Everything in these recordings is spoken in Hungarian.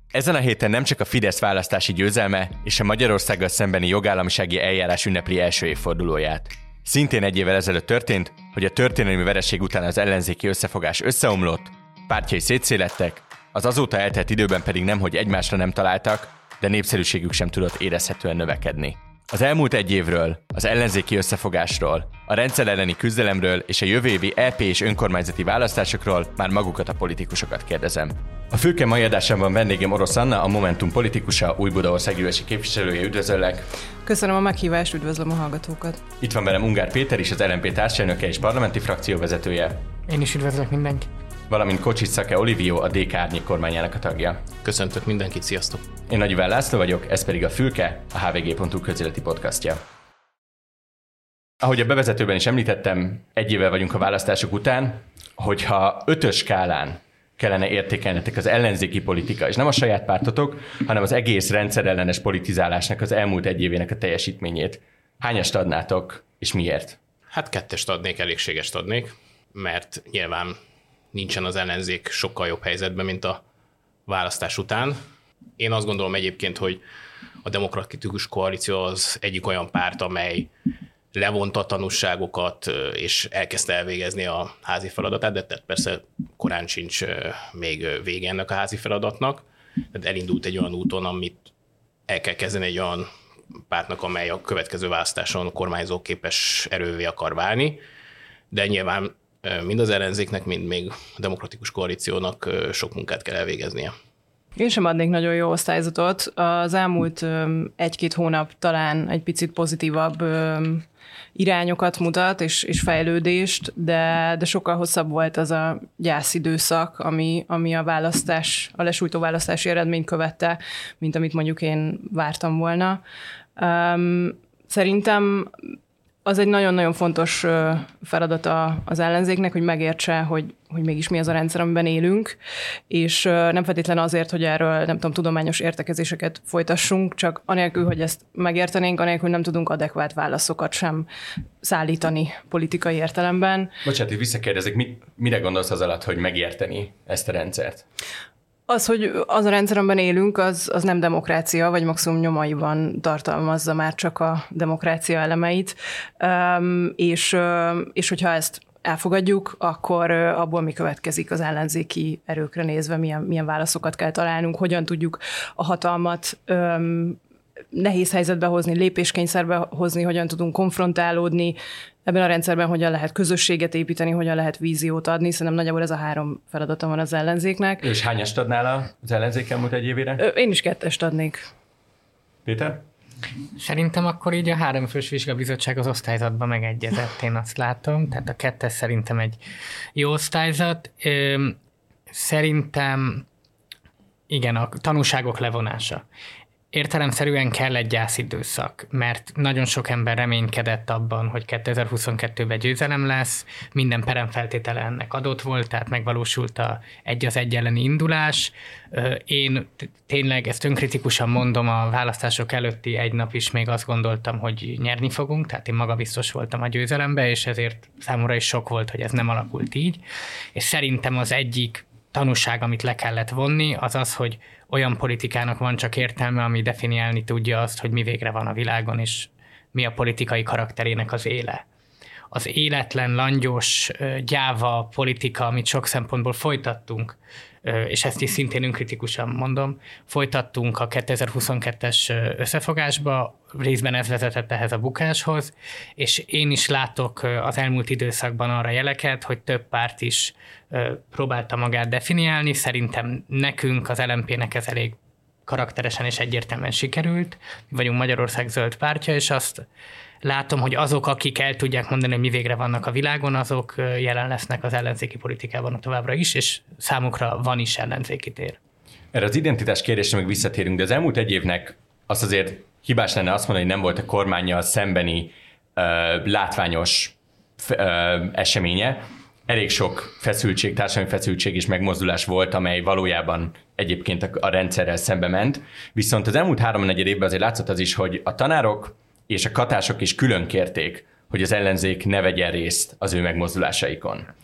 Ezen a héten nem csak a Fidesz választási győzelme és a Magyarországgal szembeni jogállamisági eljárás ünnepli első évfordulóját. Szintén egy évvel ezelőtt történt, hogy a történelmi vereség után az ellenzéki összefogás összeomlott, pártjai szétszélettek, az azóta eltelt időben pedig nemhogy egymásra nem találtak, de népszerűségük sem tudott érezhetően növekedni. Az elmúlt egy évről, az ellenzéki összefogásról, a rendszer elleni küzdelemről és a jövő évi EP és önkormányzati választásokról már magukat a politikusokat kérdezem. A Fülke mai adásában vendégem Orosz Anna, a Momentum politikusa, Újbudaország gyűlési képviselője, üdvözöllek! Köszönöm a meghívást, üdvözlöm a hallgatókat! Itt van velem Ungár Péter is, az LMP társelnöke és parlamenti frakcióvezetője. Én is üdvözlök mindenkit! Valamint Kocsis Szake Olivió, a DK árnyék kormányának a tagja. Köszöntök mindenkit, sziasztok! Én Nagy Iván László vagyok, ez pedig a Fülke, a hvg.hu közéleti podcastja. Ahogy a bevezetőben is említettem, egy évvel vagyunk a választások után, hogyha 5-ös skálán kellene értékelnetek az ellenzéki politika, és nem a saját pártotok, hanem az egész rendszerellenes politizálásnak az elmúlt egy évének a teljesítményét. Hányast adnátok, és miért? Hát 2-est adnék, elégségest adnék, mert nyilván nincsen az ellenzék sokkal jobb helyzetben, mint a választás után. Én azt gondolom egyébként, hogy a Demokratikus Koalíció az egyik olyan párt, amely levonta a tanúságokat, és elkezdte elvégezni a házi feladatát, de persze korán sincs még vége ennek a házi feladatnak. Tehát elindult egy olyan úton, amit el kell kezdeni egy olyan pártnak, amely a következő választáson kormányzóképes erővé akar válni, de nyilván mind az ellenzéknek, mind még a Demokratikus Koalíciónak sok munkát kell elvégeznie. Én sem adnék nagyon jó osztályzatot. Az elmúlt 1-2 hónap talán egy picit pozitívabb irányokat mutat, és fejlődést, de sokkal hosszabb volt az a gyászidőszak, ami a lesújtó választási eredményt követte, mint amit mondjuk én vártam volna. Szerintem az egy nagyon-nagyon fontos feladata az ellenzéknek, hogy megértse, hogy mégis mi az a rendszer, amiben élünk, és nem feltétlenül azért, hogy erről, nem tudom, tudományos értekezéseket folytassunk, csak anélkül, hogy ezt megértenénk, anélkül nem tudunk adekvát válaszokat sem szállítani politikai értelemben. Bocsánat, itt visszakérdezik, mire gondolsz az alatt, hogy megérteni ezt a rendszert? Az, hogy az a rendszer, amiben élünk, az nem demokrácia, vagy maximum nyomaiban tartalmazza már csak a demokrácia elemeit, és hogyha ezt elfogadjuk, akkor abból mi következik az ellenzéki erőkre nézve, milyen válaszokat kell találnunk, hogyan tudjuk a hatalmat nehéz helyzetbe hozni, lépéskényszerbe hozni, hogyan tudunk konfrontálódni ebben a rendszerben, hogyan lehet közösséget építeni, hogyan lehet víziót adni. Szerintem nagyjából ez a 3 feladata van az ellenzéknek. És hányast adnál az ellenzék elmúlt egy évére? Én is 2-est adnék. Péter? Szerintem akkor így a 3 fős vizsgabizottság az osztályzatban megegyezett, én azt látom. Tehát a 2 szerintem egy jó osztályzat. Szerintem igen, a tanúságok levonása. Értelemszerűen kell egy gyászidőszak, mert nagyon sok ember reménykedett abban, hogy 2022-ben győzelem lesz, minden peremfeltétele ennek adott volt, tehát megvalósult a 1-1 elleni indulás. Én tényleg ezt önkritikusan mondom, a választások előtti egy nap is még azt gondoltam, hogy nyerni fogunk, tehát én magabiztos voltam a győzelembe, és ezért számomra is sok volt, hogy ez nem alakult így. És szerintem az egyik tanúság, amit le kellett vonni, az az, hogy olyan politikának van csak értelme, ami definiálni tudja azt, hogy mi végre van a világon, és mi a politikai karakterének az éle. Az életlen, langyos, gyáva politika, amit sok szempontból folytattunk, és ezt is szintén önkritikusan mondom, folytattunk a 2022-es összefogásba, részben ez vezetett ehhez a bukáshoz, és én is látok az elmúlt időszakban arra jeleket, hogy több párt is próbálta magát definiálni, szerintem nekünk, az LMP-nek ez elég karakteresen és egyértelműen sikerült, mi vagyunk Magyarország zöld pártja, és azt látom, hogy azok, akik el tudják mondani, hogy mi végre vannak a világon, azok jelen lesznek az ellenzéki politikában továbbra is, és számukra van is ellenzéki tér. Erre az identitás kérdésre meg visszatérünk, de az elmúlt egy évnek azt azért hibás lenne azt mondani, hogy nem volt a kormánnyal szembeni látványos eseménye. Elég sok feszültség, társadalmi feszültség és megmozdulás volt, amely valójában egyébként a rendszerrel szembe ment. Viszont az elmúlt 3-4 évben azért látszott az is, hogy a tanárok és a katások is külön kérték, hogy az ellenzék ne vegyen részt az ő megmozdulásaikon.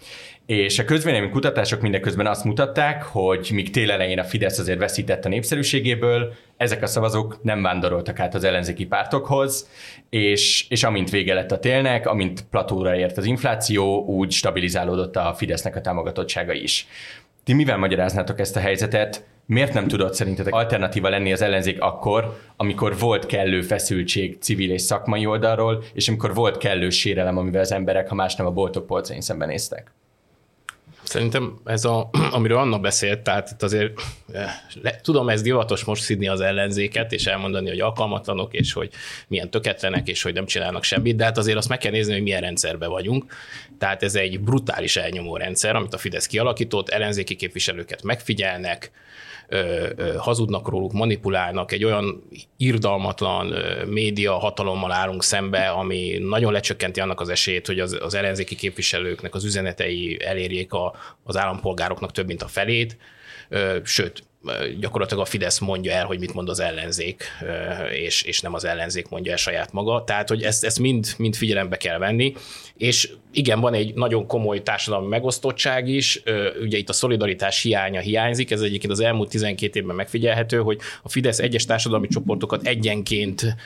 És a közvéleménykutatások mindeközben azt mutatták, hogy míg tél elején a Fidesz azért veszített a népszerűségéből, ezek a szavazók nem vándoroltak át az ellenzéki pártokhoz, és amint vége lett a télnek, amint platóra ért az infláció, úgy stabilizálódott a Fidesznek a támogatottsága is. Ti mivel magyaráznátok ezt a helyzetet? Miért nem tudott szerintetek alternatíva lenni az ellenzék akkor, amikor volt kellő feszültség civil és szakmai oldalról, és amikor volt kellő sérelem, amivel az emberek, ha más nem, a boltok polcain szembenéztek? Szerintem amiről Anna beszélt, tehát itt azért tudom, ez divatos most szidni az ellenzéket, és elmondani, hogy alkalmatlanok, és hogy milyen töketlenek, és hogy nem csinálnak semmit, de hát azért azt meg kell nézni, hogy milyen rendszerben vagyunk. Tehát ez egy brutális elnyomó rendszer, amit a Fidesz kialakított, ellenzéki képviselőket megfigyelnek, hazudnak róluk, manipulálnak, egy olyan irgalmatlan média hatalommal állunk szembe, ami nagyon lecsökkenti annak az esélyét, hogy az ellenzéki képviselőknek az üzenetei elérjék az állampolgároknak több mint a felét, sőt, gyakorlatilag a Fidesz mondja el, hogy mit mond az ellenzék, és nem az ellenzék mondja el saját maga. Tehát, hogy ezt mind figyelembe kell venni. És igen, van egy nagyon komoly társadalmi megosztottság is, ugye itt a szolidaritás hiánya hiányzik, ez egyébként az elmúlt 12 évben megfigyelhető, hogy a Fidesz egyes társadalmi csoportokat egyenként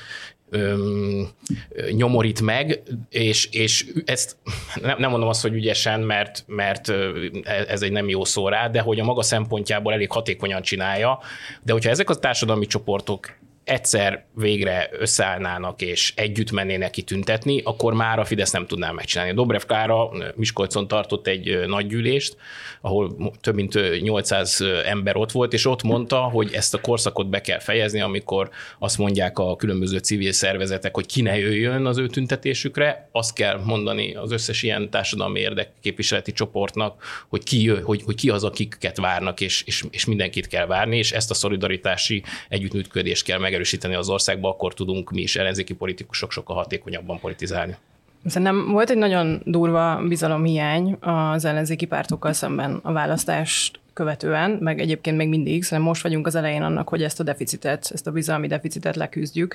nyomorít meg, és ezt nem mondom azt, hogy ügyesen, mert ez egy nem jó szó rá, de hogy a maga szempontjából elég hatékonyan csinálja, de hogyha ezek a társadalmi csoportok egyszer végre összeállnának és együtt mennének ki tüntetni, akkor már a Fidesz nem tudná megcsinálni. Dobrev Klára Miskolcon tartott egy nagy gyűlést, ahol több mint 800 ember ott volt, és ott mondta, hogy ezt a korszakot be kell fejezni, amikor azt mondják a különböző civil szervezetek, hogy ki ne jöjjön az ő tüntetésükre, azt kell mondani az összes ilyen társadalmi érdekképviseleti csoportnak, hogy ki jö, hogy ki az, akiket várnak, és mindenkit kell várni, és ezt a szolidaritási együttműködést kell megerősíteni az országba, akkor tudunk mi is ellenzéki politikusok sokkal hatékonyabban politizálni. Szerintem volt egy nagyon durva bizalomhiány az ellenzéki pártokkal szemben a választást követően, meg egyébként még mindig, szerintem most vagyunk az elején annak, hogy ezt a bizalmi deficitet leküzdjük.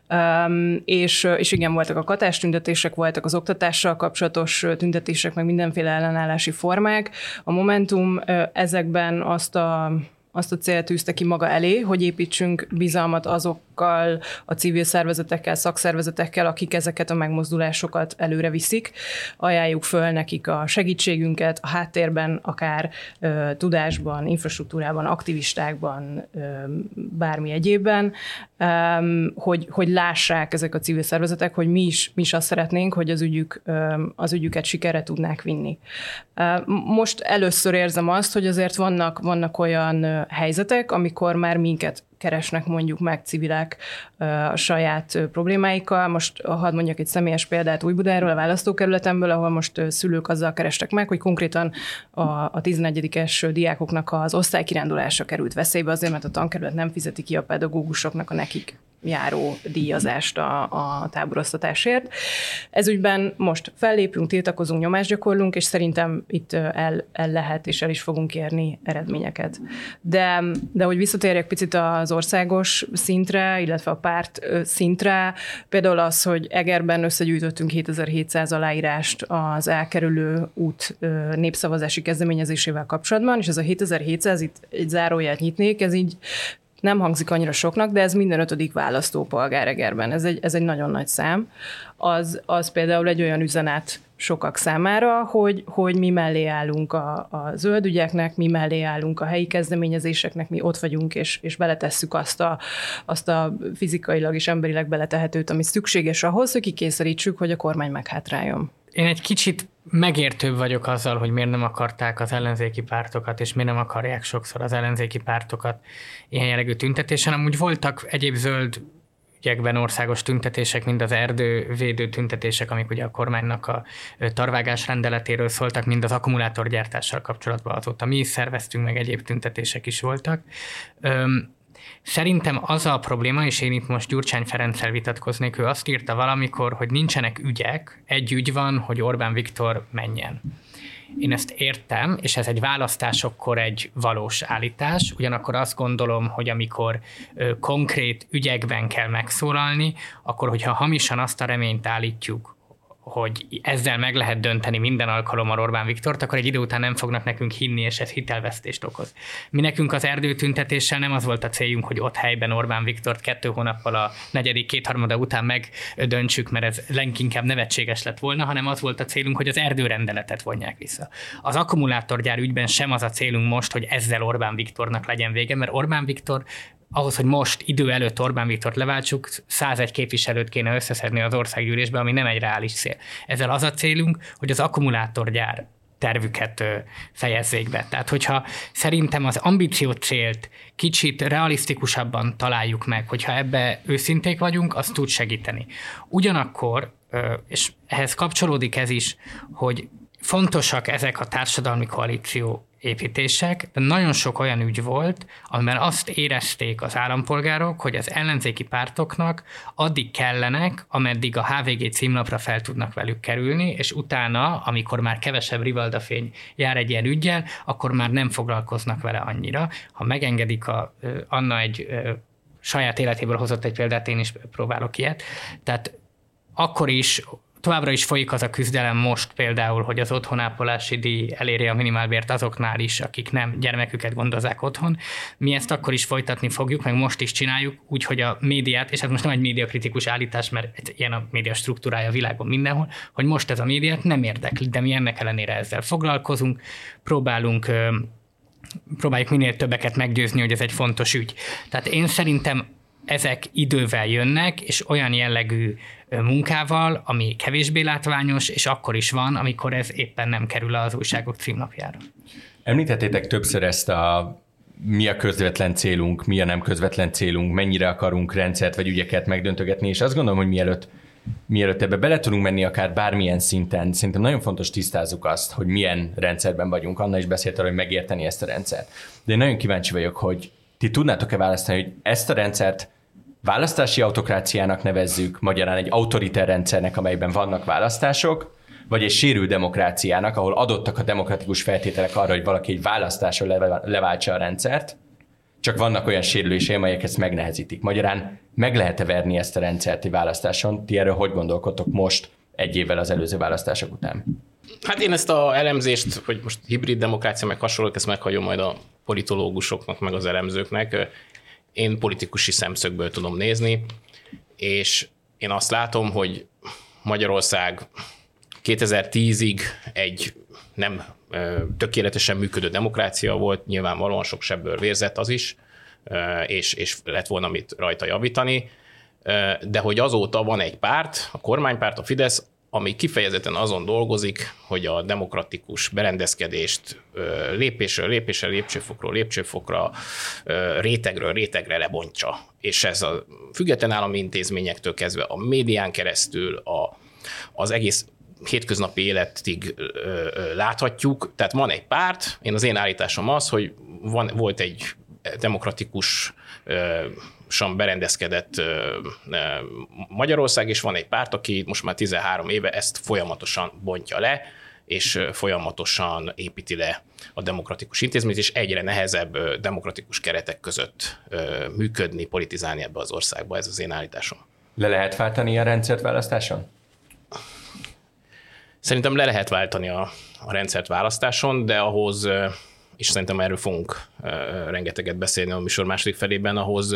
És igen, voltak a katástüntetések, voltak az oktatással kapcsolatos tüntetések, meg mindenféle ellenállási formák. A Momentum ezekben azt a célt tűzte ki maga elé, hogy építsünk bizalmat azokkal a civil szervezetekkel, szakszervezetekkel, akik ezeket a megmozdulásokat előre viszik. Ajánljuk föl nekik a segítségünket a háttérben, akár tudásban, infrastruktúrában, aktivistákban, bármi egyébben, hogy lássák ezek a civil szervezetek, hogy mi is azt szeretnénk, hogy az ügyüket sikerre tudnák vinni. Most először érzem azt, hogy azért vannak olyan helyzetek, amikor már minket keresnek mondjuk meg civilek a saját problémáikkal. Most hadd mondjak egy személyes példát Újbudáról, a választókerületemből, ahol most szülők azzal kerestek meg, hogy konkrétan a 11-es diákoknak az osztálykirándulása került veszélybe azért, mert a tankerület nem fizeti ki a pedagógusoknak a nekik járó díjazást a táboroztatásért. Ezügyben most fellépünk, tiltakozunk, nyomást gyakorlunk, és szerintem itt el lehet és el is fogunk érni eredményeket. De hogy visszatérjek picit az országos szintre, illetve a párt szintre, például az, hogy Egerben összegyűjtöttünk 7700 aláírást az elkerülő út népszavazási kezdeményezésével kapcsolatban, és ez a 7700, itt egy záróját nyitnék, ez így nem hangzik annyira soknak, de ez minden 5. választópolgár Egerben. Ez egy nagyon nagy szám. Az például egy olyan üzenet sokak számára, hogy mi mellé állunk a zöld ügyeknek, mi mellé állunk a helyi kezdeményezéseknek, mi ott vagyunk, és beletesszük azt a fizikailag és emberileg beletehetőt, ami szükséges ahhoz, hogy kikényszerítsük, hogy a kormány meghátráljon. Én egy kicsit megértőbb vagyok azzal, hogy miért nem akarták az ellenzéki pártokat, és miért nem akarják sokszor az ellenzéki pártokat ilyen jellegű tüntetésen. Amúgy voltak egyéb zöld ügyekben országos tüntetések, mind az erdővédő tüntetések, amik ugye a kormánynak a tarvágás rendeletéről szóltak, mind az akkumulátorgyártással kapcsolatban azóta mi is szerveztünk, meg egyéb tüntetések is voltak. Szerintem az a probléma, és én itt most Gyurcsány Ferenccel vitatkoznék, ő azt írta valamikor, hogy nincsenek ügyek, egy ügy van, hogy Orbán Viktor menjen. Én ezt értem, és ez egy választásokkor egy valós állítás, ugyanakkor azt gondolom, hogy amikor konkrét ügyekben kell megszólalni, akkor hogyha hamisan azt a reményt állítjuk, hogy ezzel meg lehet dönteni minden alkalommal Orbán Viktort, akkor egy idő után nem fognak nekünk hinni, és ez hitelvesztést okoz. Mi nekünk az erdőtüntetéssel nem az volt a céljunk, hogy ott helyben Orbán Viktort 2 hónappal a 4. kétharmada után megdöntsük, mert ez leginkább nevetséges lett volna, hanem az volt a célunk, hogy az erdőrendeletet vonják vissza. Az akkumulátorgyár ügyben sem az a célunk most, hogy ezzel Orbán Viktornak legyen vége, mert Orbán Viktor ahhoz, hogy most idő előtt Orbán Viktort leváltsuk, 101 képviselőt kéne összeszedni az országgyűlésbe, ami nem egy reális cél. Ezzel az a célunk, hogy az akkumulátorgyár tervüket fejezzék be. Tehát, hogyha szerintem az ambíció célt kicsit realisztikusabban találjuk meg, hogyha ebbe őszinték vagyunk, az tud segíteni. Ugyanakkor, és ehhez kapcsolódik ez is, hogy fontosak ezek a társadalmi koalíció építések, de nagyon sok olyan ügy volt, amiben azt érezték az állampolgárok, hogy az ellenzéki pártoknak addig kellenek, ameddig a HVG címlapra fel tudnak velük kerülni, és utána, amikor már kevesebb rivaldafény jár egy ilyen üggyel, akkor már nem foglalkoznak vele annyira. Ha megengedik, Anna egy saját életéből hozott egy példát, én is próbálok ilyet. Tehát akkor is továbbra is folyik az a küzdelem most például, hogy az otthonápolási díj elérje a minimálbért azoknál is, akik nem gyermeküket gondozzák otthon. Mi ezt akkor is folytatni fogjuk, meg most is csináljuk, úgyhogy a médiát, és hát most nem egy médiakritikus állítás, mert ilyen a média struktúrája a világon mindenhol, hogy most ez a médiát nem érdekli, de mi ennek ellenére ezzel foglalkozunk, próbáljuk minél többeket meggyőzni, hogy ez egy fontos ügy. Tehát én szerintem ezek idővel jönnek, és olyan jellegű munkával, ami kevésbé látványos, és akkor is van, amikor ez éppen nem kerül az újságok címlapjára. Említettétek többször ezt mi a közvetlen célunk, mi a nem közvetlen célunk, mennyire akarunk rendszert vagy ügyeket megdöntögetni, és azt gondolom, hogy mielőtt ebbe bele tudunk menni akár bármilyen szinten, szerintem nagyon fontos tisztázzuk azt, hogy milyen rendszerben vagyunk. Anna is beszélt arra, hogy megérteni ezt a rendszert. De én nagyon kíváncsi vagyok, hogy ti tudnátok-e választani, hogy ezt a rendszert választási autokráciának nevezzük, magyarán egy autoriter rendszernek, amelyben vannak választások, vagy egy sérült demokráciának, ahol adottak a demokratikus feltételek arra, hogy valaki egy választáson leváltsa a rendszert, csak vannak olyan sérülései, amelyek ezt megnehezítik. Magyarán meg lehet-e verni ezt a rendszert egy választáson? Ti erről hogy gondolkodtok most, 1 évvel az előző választások után? Hát én ezt az elemzést, hogy most hibrid demokrácia meg hasonlók, ezt meghagyom majd a politológusoknak, meg az elemzőknek. Én politikusi szemszögből tudom nézni, és én azt látom, hogy Magyarország 2010-ig egy nem tökéletesen működő demokrácia volt, nyilvánvalóan sok sebből vérzett az is, és lett volna mit rajta javítani, de hogy azóta van egy párt, a kormánypárt, a Fidesz, ami kifejezetten azon dolgozik, hogy a demokratikus berendezkedést lépésről lépésre, lépcsőfokról lépcsőfokra, rétegről rétegre lebontsa. És ez a független állami intézményektől kezdve a médián keresztül az egész hétköznapi életig láthatjuk. Tehát van egy párt, az én állításom az, hogy volt egy demokratikus berendezkedett Magyarország, és van egy párt, aki most már 13 éve ezt folyamatosan bontja le, és folyamatosan építi le a demokratikus intézményt, és egyre nehezebb demokratikus keretek között működni, politizálni ebbe az országba. Ez az én állításom. Le lehet váltani a rendszert választáson? Szerintem le lehet váltani a rendszert választáson, de ahhoz, és szerintem erről fogunk rengeteget beszélni a műsor második felében, ahhoz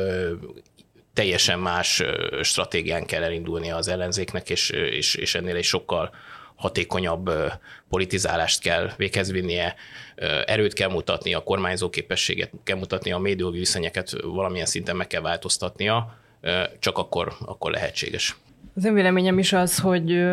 teljesen más stratégián kell elindulni az ellenzéknek, és ennél egy sokkal hatékonyabb politizálást kell véghez vinnie, erőt kell mutatnia, a kormányzó képességet kell mutatnia, a médiai viszonyokat valamilyen szinten meg kell változtatnia, csak akkor lehetséges. Az én véleményem is az, hogy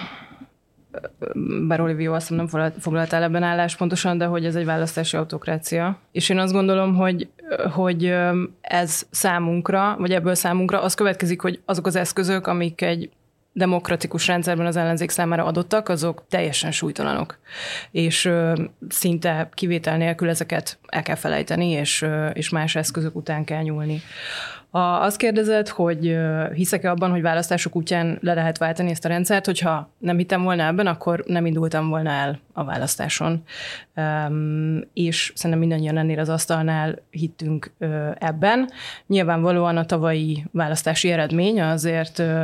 bár Olivió azt nem foglaltál ebben állást pontosan, de hogy ez egy választási autokrácia. És én azt gondolom, hogy ez számunkra, vagy ebből számunkra az következik, hogy azok az eszközök, amik egy demokratikus rendszerben az ellenzék számára adottak, azok teljesen súlytalanok. És szinte kivétel nélkül ezeket el kell felejteni, és más eszközök után kell nyúlni. Azt kérdezed, hogy hiszek-e abban, hogy választások útján le lehet váltani ezt a rendszert, hogyha nem hittem volna ebben, akkor nem indultam volna el a választáson. És szerintem mindannyian ennél az asztalnál hittünk ebben. Nyilvánvalóan a tavalyi választási eredmény azért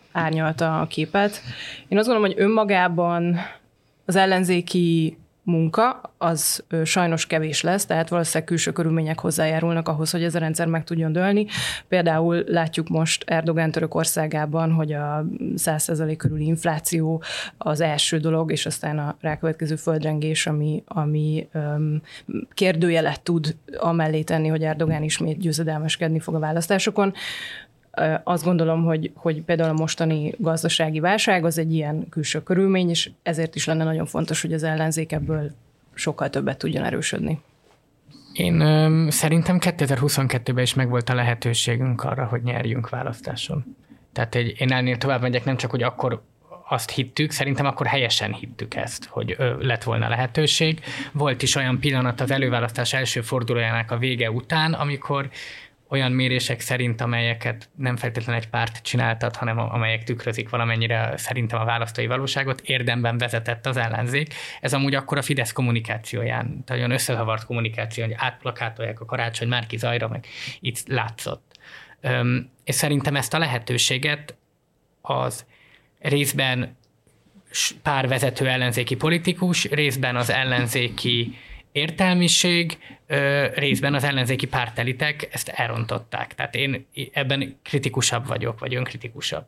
árnyalta a képet. Én azt gondolom, hogy önmagában az ellenzéki munka az sajnos kevés lesz, tehát valószínűleg külső körülmények hozzájárulnak ahhoz, hogy ez a rendszer meg tudjon dőlni. Például látjuk most Erdogán Törökországában, hogy a 100% körüli infláció az első dolog, és aztán a rákövetkező földrengés, ami kérdőjelet tud amellé tenni, hogy Erdogán ismét győzedelmeskedni fog a választásokon. Azt gondolom, hogy például a mostani gazdasági válság az egy ilyen külső körülmény, és ezért is lenne nagyon fontos, hogy az ellenzék ebből sokkal többet tudjon erősödni. Én szerintem 2022-ben is megvolt a lehetőségünk arra, hogy nyerjünk választáson. Tehát én ennél tovább megyek, nem csak, hogy akkor azt hittük, szerintem akkor helyesen hittük ezt, hogy lett volna lehetőség. Volt is olyan pillanat az előválasztás első fordulójának a vége után, amikor olyan mérések szerint, amelyeket nem feltétlenül egy párt csináltat, hanem amelyek tükrözik valamennyire szerintem a választói valóságot, érdemben vezetett az ellenzék. Ez amúgy akkor a Fidesz kommunikációján, tehát olyan összezavart kommunikáció, hogy átplakátolják a Karácsony Márki Zajra, meg itt látszott. És szerintem ezt a lehetőséget az részben pár vezető ellenzéki politikus, részben az ellenzéki értelmiség, részben az ellenzéki pártelitek ezt elrontották. Tehát én ebben kritikusabb vagyok, vagy önkritikusabb.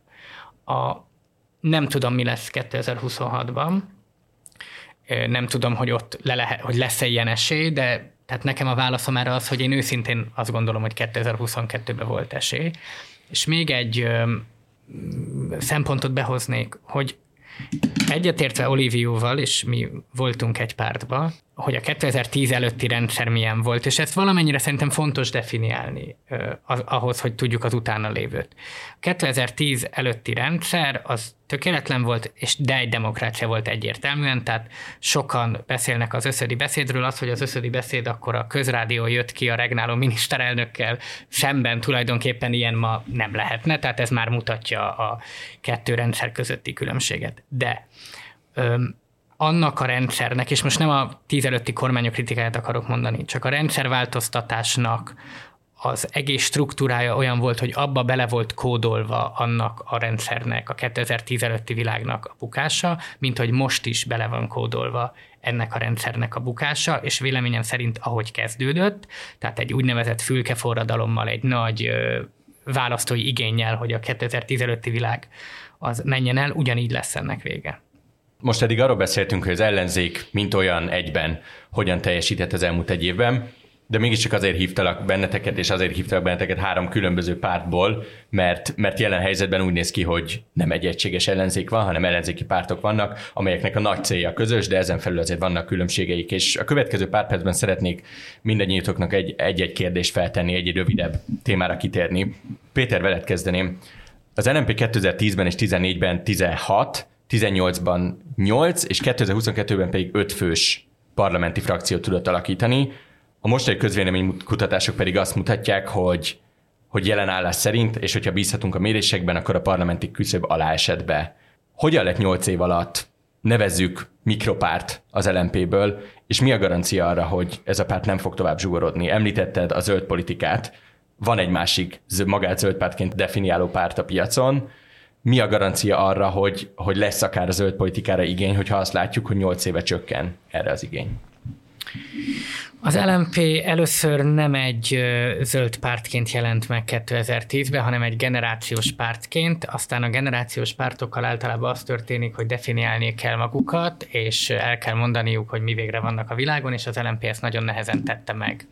Nem tudom, mi lesz 2026-ban. Nem tudom, hogy ott hogy lesz-e ilyen esély, de tehát nekem a válaszom erre az, hogy én őszintén azt gondolom, hogy 2022-ben volt esély. És még egy szempontot behoznék, hogy egyetértve Olivióval, és mi voltunk egy pártban, hogy a 2010 előtti rendszer milyen volt, és ezt valamennyire szerintem fontos definiálni ahhoz, hogy tudjuk az utána lévőt. A 2010 előtti rendszer az tökéletlen volt, de egy demokrácia volt egyértelműen, tehát sokan beszélnek az összödi beszédről, az, hogy az összödi beszéd akkor a Közrádió jött ki a regnáló miniszterelnökkel szemben, tulajdonképpen ilyen ma nem lehetne, tehát ez már mutatja a kettő rendszer közötti különbséget. De annak a rendszernek, és most nem a 10 előtti kormányok kritikáját akarok mondani, csak a rendszerváltoztatásnak az egész struktúrája olyan volt, hogy abba bele volt kódolva annak a rendszernek, a 2010 előtti világnak a bukása, mint hogy most is bele van kódolva ennek a rendszernek a bukása, és véleményem szerint ahogy kezdődött, tehát egy úgynevezett fülkeforradalommal, egy nagy választói igénnyel, hogy a 2010 előtti világ az menjen el, ugyanígy lesz ennek vége. Most eddig arról beszéltünk, hogy az ellenzék mint olyan egyben hogyan teljesített az elmúlt egy évben, de mégiscsak azért hívtalak benneteket, és azért hívtalak benneteket 3 különböző pártból, mert jelen helyzetben úgy néz ki, hogy nem egy egységes ellenzék van, hanem ellenzéki pártok vannak, amelyeknek a nagy célja közös, de ezen felül azért vannak különbségeik. És a következő pár percben szeretnék mindannyiatoknak egy-egy kérdést feltenni, egy rövidebb témára kitérni. Péter, veled kezdeném. Az LMP 2010-ben és 2014-ben 16, 18-ban 8, és 2022-ben pedig 5 fős parlamenti frakciót tudott alakítani. A mostani közvéleménykutatások pedig azt mutatják, hogy jelen állás szerint, és hogyha bízhatunk a mérésekben, akkor a parlamenti küszöb alá esett be. Hogyan lett 8 év alatt, nevezzük mikropárt az LMP-ből, és mi a garancia arra, hogy ez a párt nem fog tovább zsugorodni? Említetted a zöld politikát, van egy másik magát zöld pártként definiáló párt a piacon. Mi a garancia arra, hogy lesz akár a zöld politikára igény, hogyha azt látjuk, hogy 8 éve csökken erre az igény? Az LMP először nem egy zöld pártként jelent meg 2010-ben, hanem egy generációs pártként. Aztán a generációs pártokkal általában az történik, hogy definiálni kell magukat, és el kell mondaniuk, hogy mi végre vannak a világon, és az LMP ezt nagyon nehezen tette meg.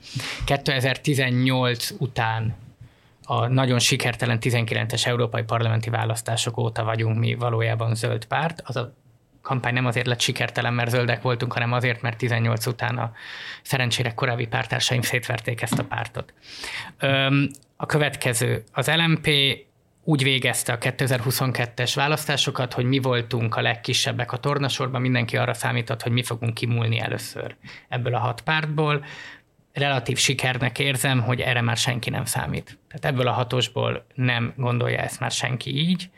2018 után a nagyon sikertelen 19-es európai parlamenti választások óta vagyunk mi valójában zöld párt. Az a kampány nem azért lett sikertelen, mert zöldek voltunk, hanem azért, mert 18 után a szerencsére korábbi párttársaim szétverték ezt a pártot. A következő, az LMP úgy végezte a 2022-es választásokat, hogy mi voltunk a legkisebbek a tornasorban, mindenki arra számított, hogy mi fogunk kimúlni először ebből a 6 pártból. Relatív sikernek érzem, hogy erre már senki nem számít. Tehát ebből a 6-osból nem gondolja ezt már senki így.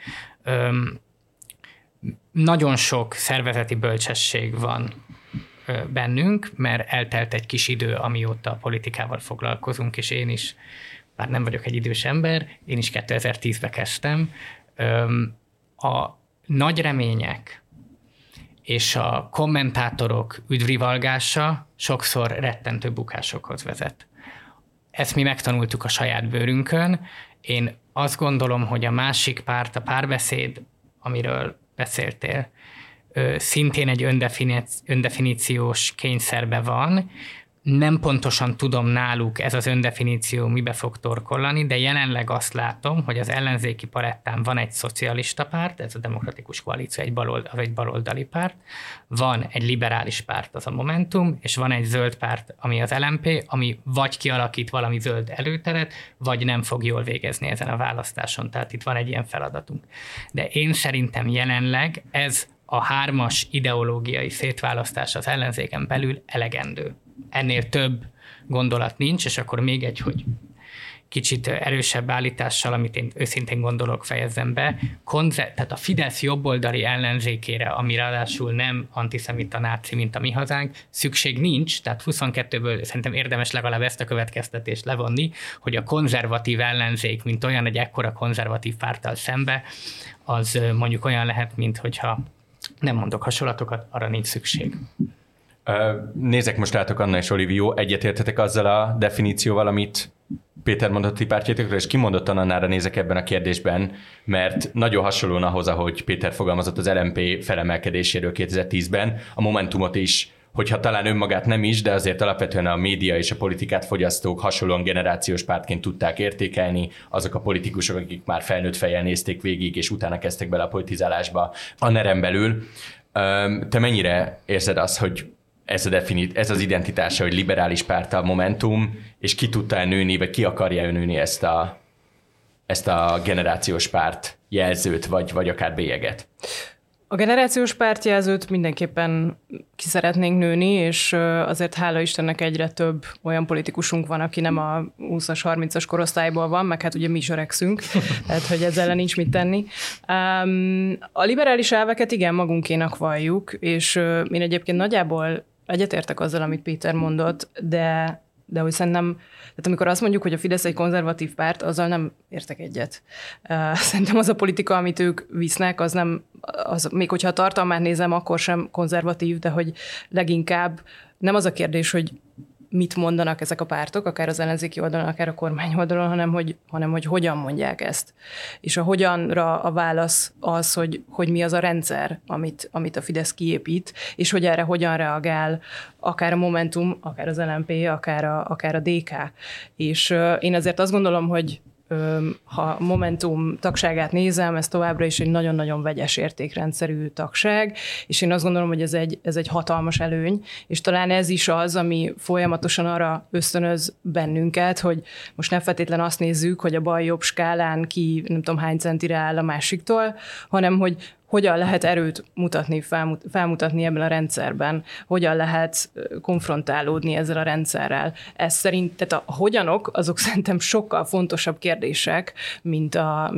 Nagyon sok szervezeti bölcsesség van bennünk, mert eltelt egy kis idő, amióta a politikával foglalkozunk, és én is, bár nem vagyok egy idős ember, én is 2010-ben kezdtem. a nagy remények és a kommentátorok üdvrivalgása sokszor rettentő bukásokhoz vezet. Ezt mi megtanultuk a saját bőrünkön. Én azt gondolom, hogy a másik párt, a Párbeszéd, amiről beszéltél, szintén egy öndefiníciós kényszerbe van. Nem pontosan tudom náluk ez az öndefiníció mibe fog torkollani, de jelenleg azt látom, hogy az ellenzéki palettán van egy szocialista párt, ez a Demokratikus Koalíció, az egy baloldali párt, van egy liberális párt, az a Momentum, és van egy zöld párt, ami az LMP, ami vagy kialakít valami zöld előteret, vagy nem fog jól végezni ezen a választáson. Tehát itt van egy ilyen feladatunk. De én szerintem jelenleg ez a 3-as ideológiai szétválasztás az ellenzéken belül elegendő. Ennél több gondolat nincs, és akkor még egy, hogy kicsit erősebb állítással, amit én őszintén gondolok, fejezzem be, tehát a Fidesz jobboldali ellenzékére, ami ráadásul nem antiszemita náci, mint a mi hazánk, szükség nincs, tehát 22-ből szerintem érdemes legalább ezt a következtetést levonni, hogy a konzervatív ellenzék, mint olyan egy ekkora konzervatív párttal szembe, az mondjuk olyan lehet, mint hogyha nem mondok hasonlatokat, arra nincs szükség. Nézek most rátok, Anna és Olivió, egyetértetek azzal a definícióval, amit Péter mondott ti pártjátokról, és kimondottan Annára nézek ebben a kérdésben, mert nagyon hasonlóan ahhoz, ahogy Péter fogalmazott az LMP felemelkedéséről 2010-ben, a Momentumot is, hogyha talán önmagát nem is, de azért alapvetően a média és a politikát fogyasztók hasonlóan generációs pártként tudták értékelni, azok a politikusok, akik már felnőtt fejjel nézték végig, és utána kezdtek bele a politizálásba a NER-en belül. Te mennyire érzed azt, hogy ez az identitása, hogy liberális párt a Momentum, és ki tudta nőni, vagy ki akarja nőni ezt a generációs párt jelzőt, vagy akár bélyeget? A generációs pártjelzőt mindenképpen ki szeretnénk nőni, és azért hála Istennek egyre több olyan politikusunk van, aki nem a 20-as, 30-as korosztályból van, meg hát ugye mi is öregszünk, tehát hogy ezzel ellen nincs mit tenni. A liberális elveket igen, magunkénak valljuk, és én egyébként nagyjából egyetértek azzal, amit Péter mondott, de hogy szerintem, tehát amikor azt mondjuk, hogy a Fidesz egy konzervatív párt, azzal nem értek egyet. Szerintem az a politika, amit ők visznek, az nem, még hogyha a tartalmát nézem, akkor sem konzervatív, de hogy leginkább nem az a kérdés, hogy mit mondanak ezek a pártok, akár az ellenzéki oldalon, akár a kormány oldalon, hanem hogy hogyan mondják ezt. És a hogyanra a válasz az, hogy mi az a rendszer, amit a Fidesz kiépít, és hogy erre hogyan reagál akár a Momentum, akár az LMP, akár a DK. És én azért azt gondolom, hogy ha Momentum tagságát nézem, ez továbbra is egy nagyon-nagyon vegyes értékrendszerű tagság, és én azt gondolom, hogy ez egy hatalmas előny, és talán ez is az, ami folyamatosan arra ösztönöz bennünket, hogy most nem feltétlenül azt nézzük, hogy a bal-jobb skálán ki nem tudom hány centire áll a másiktól, hanem hogy hogyan lehet erőt mutatni, felmutatni ebben a rendszerben, hogyan lehet konfrontálódni ezzel a rendszerrel. Ez szerint, tehát a hogyanok, azok szerintem sokkal fontosabb kérdések, mint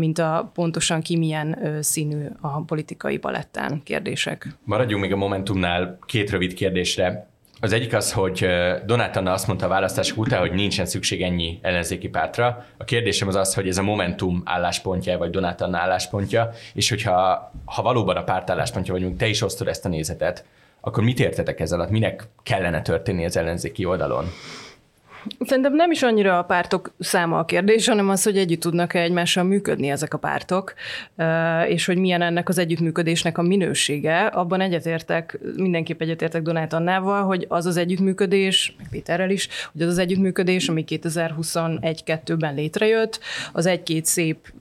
a pontosan ki milyen színű a politikai palettán kérdések. Maradjunk még a Momentumnál 2 rövid kérdésre. Az egyik az, hogy Donát Anna azt mondta a választások után, hogy nincsen szükség ennyi ellenzéki pártra. A kérdésem az, hogy ez a Momentum álláspontja, vagy Donát Anna álláspontja, és hogyha valóban a párt álláspontja vagyunk, te is osztod ezt a nézetet, akkor mit értetek ezzel alatt? Minek kellene történni az ellenzéki oldalon? Szerintem nem is annyira a pártok száma a kérdés, hanem az, hogy együtt tudnak-e egymással működni ezek a pártok, és hogy milyen ennek az együttműködésnek a minősége. Abban mindenképp egyetértek Donát Annával, hogy az az együttműködés, meg Péterrel is, hogy az az együttműködés, ami 2021-2-ben létrejött, az 1-2 szép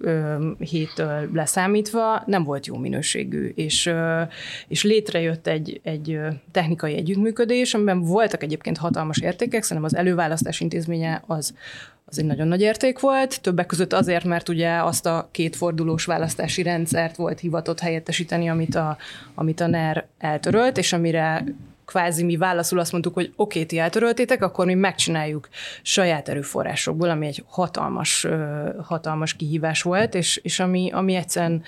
héttől leszámítva nem volt jó minőségű, és létrejött egy technikai együttműködés, amiben voltak egyébként hatalmas értékek, szerintem az előválasztás intézménye az egy nagyon nagy érték volt, többek között azért, mert ugye azt a 2 fordulós választási rendszert volt hivatott helyettesíteni, amit a NER eltörölt, és amire kvázi mi válaszul azt mondtuk, hogy oké, ti eltöröltétek, akkor mi megcsináljuk saját erőforrásokból, ami egy hatalmas kihívás volt, és ami egyszerűen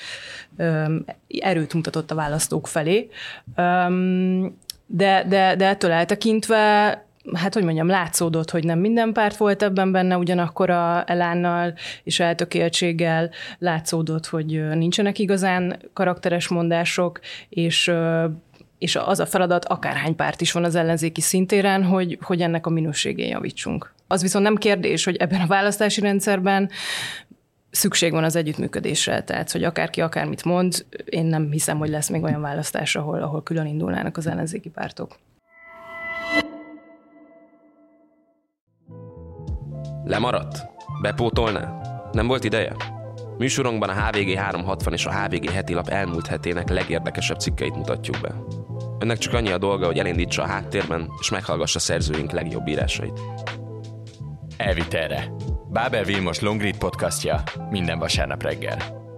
erőt mutatott a választók felé. De ettől eltekintve hát hogy mondjam, látszódott, hogy nem minden párt volt ebben benne, ugyanakkor a elánnal és eltökéltséggel látszódott, hogy nincsenek igazán karakteres mondások, és az a feladat, akárhány párt is van az ellenzéki szintéren, hogy ennek a minőségén javítsunk. Az viszont nem kérdés, hogy ebben a választási rendszerben szükség van az együttműködésre, tehát hogy akárki akármit mond, én nem hiszem, hogy lesz még olyan választás, ahol külön indulnának az ellenzéki pártok. Lemaradt? Bepótolná? Nem volt ideje? Műsorunkban a HVG 360 és a HVG heti lap elmúlt hetének legérdekesebb cikkeit mutatjuk be. Önnek csak annyi a dolga, hogy elindítsa a háttérben, és meghallgassa szerzőink legjobb írásait. Elvitelre. Bábel Vilmos Longread podcastja minden vasárnap reggel.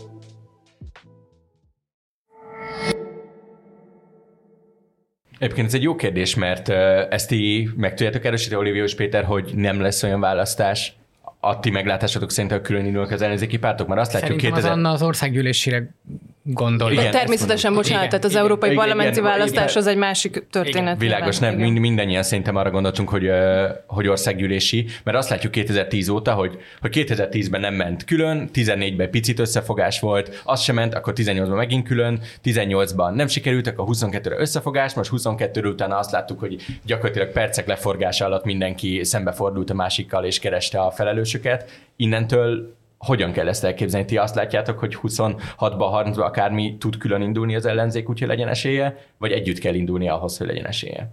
Egyébként ez egy jó kérdés, mert ezt ti meg tudjátok erősíteni, Olivia és Péter, hogy nem lesz olyan választás, a ti meglátásatok szerint, hogy külön indulnak az ellenzéki pártok, mert azt látjuk szerintem az Anna az országgyűlésére gondol. Igen, természetesen, bocsánat, tehát az európai parlamenti választás az egy másik történet. Világos, nem, mindannyian szerintem arra gondoltunk, hogy országgyűlési, mert azt látjuk 2010 óta, hogy 2010-ben nem ment külön, 14-ben picit összefogás volt, az sem ment, akkor 18-ban megint külön, 18-ban nem sikerültek, a 22-re összefogás, most 22-ről utána azt láttuk, hogy gyakorlatilag percek leforgása alatt mindenki szembefordult a másikkal és kereste a felelősöket. Innentől hogyan kell ezt elképzelni? Ti azt látjátok, hogy 26-ban, 30-ban akármi tud külön indulni az ellenzék, úgyhogy legyen esélye, vagy együtt kell indulni ahhoz, hogy legyen esélye?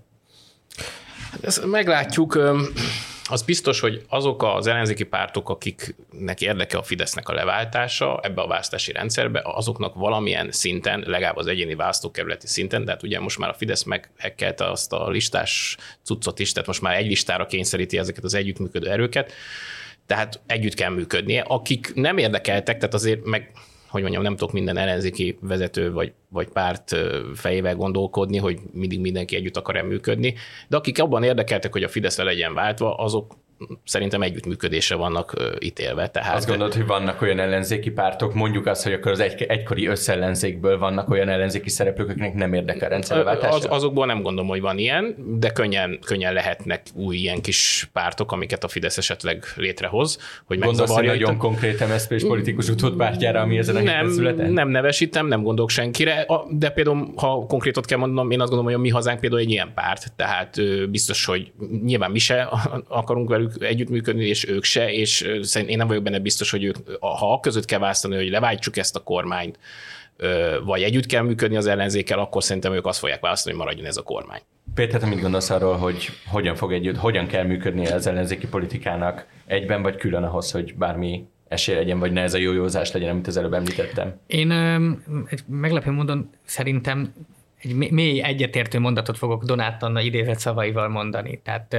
Ezt meglátjuk. Az biztos, hogy azok az ellenzéki pártok, akiknek érdeke a Fidesznek a leváltása ebbe a választási rendszerbe, azoknak valamilyen szinten, legalább az egyéni választókerületi szinten, de hát ugye most már a Fidesz meghekkelte azt a listás cuccot is, tehát most már egy listára kényszeríti ezeket az együttműködő erőket, tehát együtt kell működnie. Akik nem érdekeltek, tehát azért hogy mondjam, nem tudok minden ellenzéki vezető vagy párt fejével gondolkodni, hogy mindig mindenki együtt akar-e működni, de akik abban érdekeltek, hogy a Fideszre legyen váltva, azok szerintem együttműködésre vannak ítélve. Tehát... Azt gondolod, hogy vannak olyan ellenzéki pártok, mondjuk azt, hogy akkor az egykori összellenzékből vannak olyan ellenzéki szereplők, akiknek nem érdekel a rendszerváltásra? Azokból nem gondolom, hogy van ilyen, de könnyen lehetnek új ilyen kis pártok, amiket a Fidesz esetleg létrehoz. Hogy gondolsz, hogy nagyon konkrét MSZP-s politikus utódpártjára, ami ezen a héten született? Nem nevesítem, nem gondolok senkire, de például, ha konkrétot kell mondanom, én azt gondolom, hogy a Mi Hazánk például egy ilyen párt, tehát biztos, hogy nyilván mi se akarunk velük együttműködni, és ők se, és én nem vagyok benne biztos, hogy ők, ha között kell választani, hogy leváltsuk ezt a kormányt, vagy együtt kell működni az ellenzékkel, akkor szerintem ők azt fogják választani, hogy maradjon ez a kormány. Péter, te mit gondolsz arról, hogy hogyan kell működni az ellenzéki politikának egyben vagy külön ahhoz, hogy bármi esély legyen, vagy ne ez a jójózás legyen, amit az előbb említettem? Én egy meglepő módon szerintem egy mély egyetértő mondatot fogok Donát Anna idézett szavaival mondani. Tehát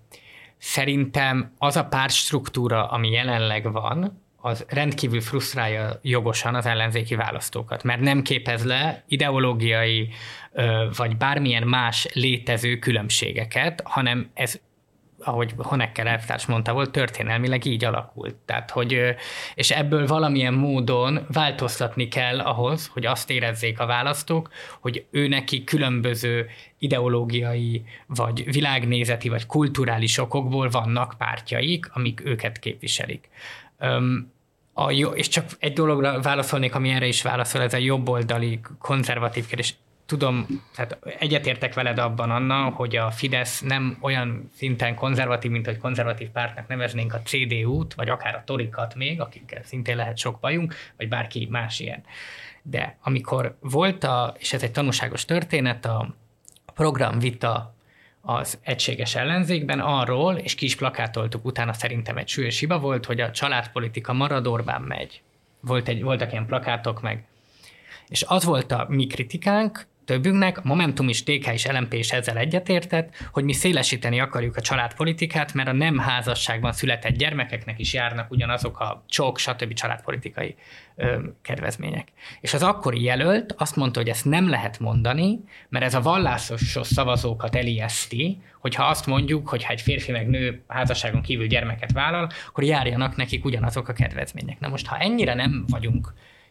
szerintem az a pártstruktúra, ami jelenleg van, az rendkívül frusztrálja jogosan az ellenzéki választókat, mert nem képez le ideológiai vagy bármilyen más létező különbségeket, hanem ez, ahogy Honecker elvtárs mondta, volt történelmileg így alakult. Tehát, és ebből valamilyen módon változtatni kell ahhoz, hogy azt érezzék a választók, hogy őneki különböző ideológiai, vagy világnézeti, vagy kulturális okokból vannak pártjaik, amik őket képviselik. És csak egy dologra válaszolnék, ami erre is válaszol, ez a jobboldali konzervatív kérdés. Tudom, tehát egyetértek veled abban, Anna, hogy a Fidesz nem olyan szinten konzervatív, mint hogy konzervatív pártnak neveznénk a CDU-t, vagy akár a Torikat még, akikkel szintén lehet sok bajunk, vagy bárki más ilyen. De amikor volt és ez egy tanúságos történet, a programvita az egységes ellenzékben arról, és ki is plakátoltuk utána, szerintem egy súlyos hiba volt, hogy a családpolitika marad, Orbán megy. Voltak ilyen plakátok meg. És az volt a mi kritikánk, többünknek, a Momentum is, DK is, LMP is ezzel egyetértett, hogy mi szélesíteni akarjuk a családpolitikát, mert a nem házasságban született gyermekeknek is járnak ugyanazok a csók, stb. Családpolitikai kedvezmények. És az akkori jelölt azt mondta, hogy ezt nem lehet mondani, mert ez a vallásos szavazókat elijeszti, hogyha azt mondjuk, hogy ha egy férfi meg nő házasságon kívül gyermeket vállal, akkor járjanak nekik ugyanazok a kedvezmények. Na most, ha ennyire nem vagyunk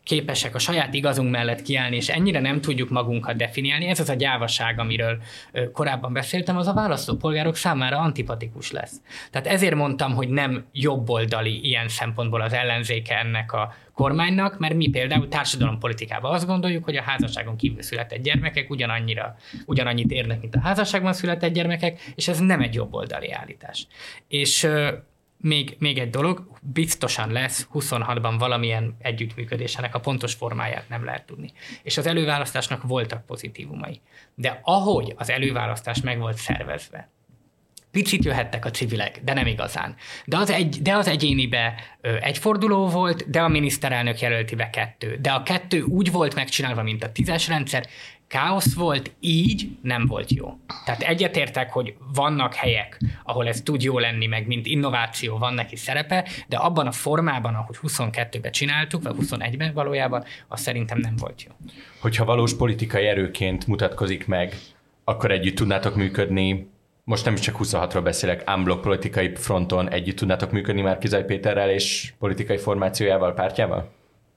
képesek a saját igazunk mellett kiállni, és ennyire nem tudjuk magunkat definiálni, ez az a gyávaság, amiről korábban beszéltem, az a választópolgárok számára antipatikus lesz. Tehát ezért mondtam, hogy nem jobboldali ilyen szempontból az ellenzéke ennek a kormánynak, mert mi például társadalompolitikában azt gondoljuk, hogy a házasságon kívül született gyermekek ugyanannyit érnek, mint a házasságban született gyermekek, és ez nem egy jobboldali állítás. És még egy dolog, biztosan lesz 26-ban valamilyen együttműködés, ennek a pontos formáját nem lehet tudni. És az előválasztásnak voltak pozitívumai. De ahogy az előválasztás meg volt szervezve, picit jöhettek a civilek, de nem igazán. De az egyénibe egy forduló volt, de a miniszterelnök jelöltibe 2. De a 2 úgy volt megcsinálva, mint a 10-es rendszer, káosz volt, így nem volt jó. Tehát egyetértek, hogy vannak helyek, ahol ez tud jó lenni, meg mint innováció van neki szerepe, de abban a formában, ahogy 22-ben csináltuk, vagy 21-ben valójában, az szerintem nem volt jó. Hogyha valós politikai erőként mutatkozik meg, akkor együtt tudnátok működni, most nem is csak 26-ról beszélek, unblock politikai fronton együtt tudnátok működni Márki-Zay Péterrel és politikai formációjával, pártjával?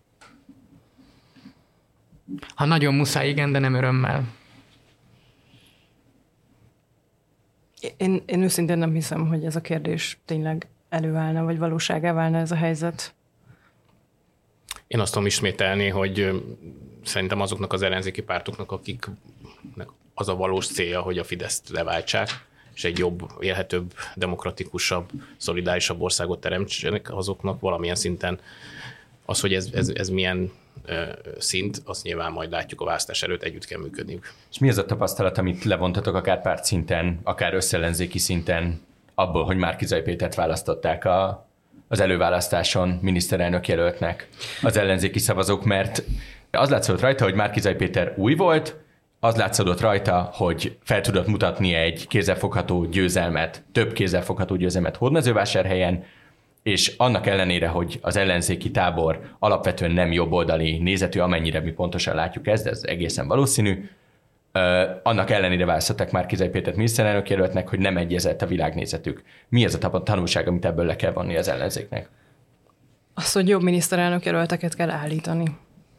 Ha nagyon muszáj, igen, de nem örömmel. Én őszintén nem hiszem, hogy ez a kérdés tényleg előállna, vagy valóságá válna ez a helyzet. Én azt tudom ismételni, hogy szerintem azoknak az ellenzéki pártoknak, akiknek az a valós célja, hogy a Fideszt leváltsák, és egy jobb, élhetőbb, demokratikusabb, szolidárisabb országot teremtsenek, azoknak valamilyen szinten az, hogy ez milyen szint, azt nyilván majd látjuk a választás előtt, együtt kell működniük. És mi az a tapasztalat, amit levontatok akár párt szinten, akár összellenzéki szinten abból, hogy Márki-Zay Pétert választották az előválasztáson miniszterelnök jelöltnek az ellenzéki szavazók, mert az látszott rajta, hogy Márki-Zay Péter új volt, az látszódott rajta, hogy fel tudott mutatni egy kézzelfogható győzelmet, több kézzelfogható győzelmet Hódmezővásárhelyen, és annak ellenére, hogy az ellenzéki tábor alapvetően nem jobboldali nézetű, amennyire mi pontosan látjuk ezt, ez egészen valószínű, annak ellenére választották Márki-Zay Pétert miniszterelnök jelöltnek, hogy nem egyezett a világnézetük. Mi ez a tanulság, amit ebből le kell vonni az ellenzéknek? Az, hogy jobb miniszterelnök jelölteket kell állítani.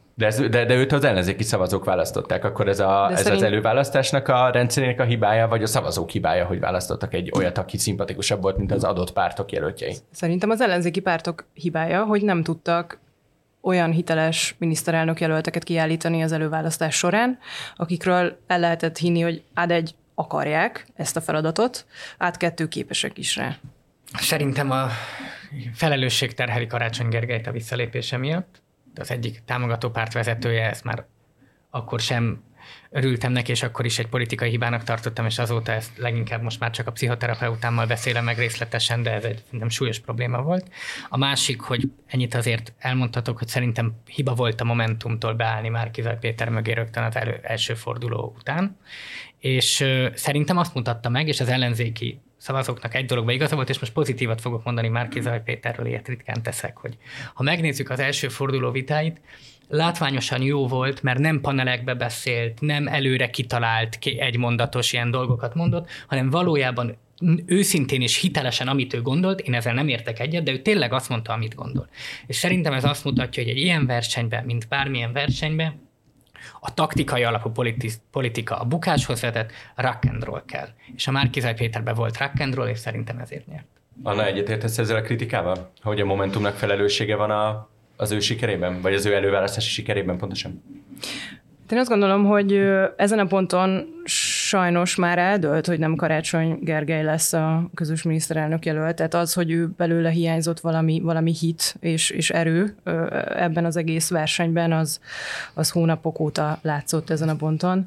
De őt az ellenzéki szavazók választották, akkor ez az előválasztásnak a rendszerének a hibája, vagy a szavazók hibája, hogy választottak egy olyat, aki szimpatikusabb volt, mint az adott pártok jelöltjei? Szerintem az ellenzéki pártok hibája, hogy nem tudtak olyan hiteles miniszterelnök jelölteket kiállítani az előválasztás során, akikről el lehetett hinni, hogy át akarják ezt a feladatot, át 2 képesek is rá. Szerintem a felelősség terheli Karácsony Gergelyt a visszalépése miatt. De az egyik támogató párt vezetője, ezt már akkor sem örültem neki, és akkor is egy politikai hibának tartottam, és azóta ezt leginkább most már csak a pszichoterapeutámmal beszélem meg részletesen, de ez egy nem súlyos probléma volt. A másik, hogy ennyit azért elmondhatok, hogy szerintem hiba volt a Momentumtól beállni Márki-Zay Péter mögé rögtön az első forduló után, és szerintem azt mutatta meg, és az ellenzéki szavazóknak egy dologban igaza volt, és most pozitívat fogok mondani Márki-Zay Péterről, ilyet ritkán teszek, hogy ha megnézzük az első forduló vitáit, látványosan jó volt, mert nem panelekbe beszélt, nem előre kitalált egymondatos ilyen dolgokat mondott, hanem valójában őszintén és hitelesen, amit ő gondolt, én ezzel nem értek egyet, de ő tényleg azt mondta, amit gondol. És szerintem ez azt mutatja, hogy egy ilyen versenyben, mint bármilyen versenyben, a taktikai alapú politika a bukáshoz vezet, rock and roll kell. És a Márki-Zay Péterben volt rock and roll, és szerintem ezért nyert. Anna, egyetértesz ezzel a kritikával? Hogy a Momentumnak felelőssége van az ő sikerében? Vagy az ő előválasztási sikerében pontosan? Én azt gondolom, hogy ezen a ponton sajnos már eldőlt, hogy nem Karácsony Gergely lesz a közös miniszterelnök jelölt. Tehát az, hogy ő belőle hiányzott valami hit és erő ebben az egész versenyben, az hónapok óta látszott ezen a ponton.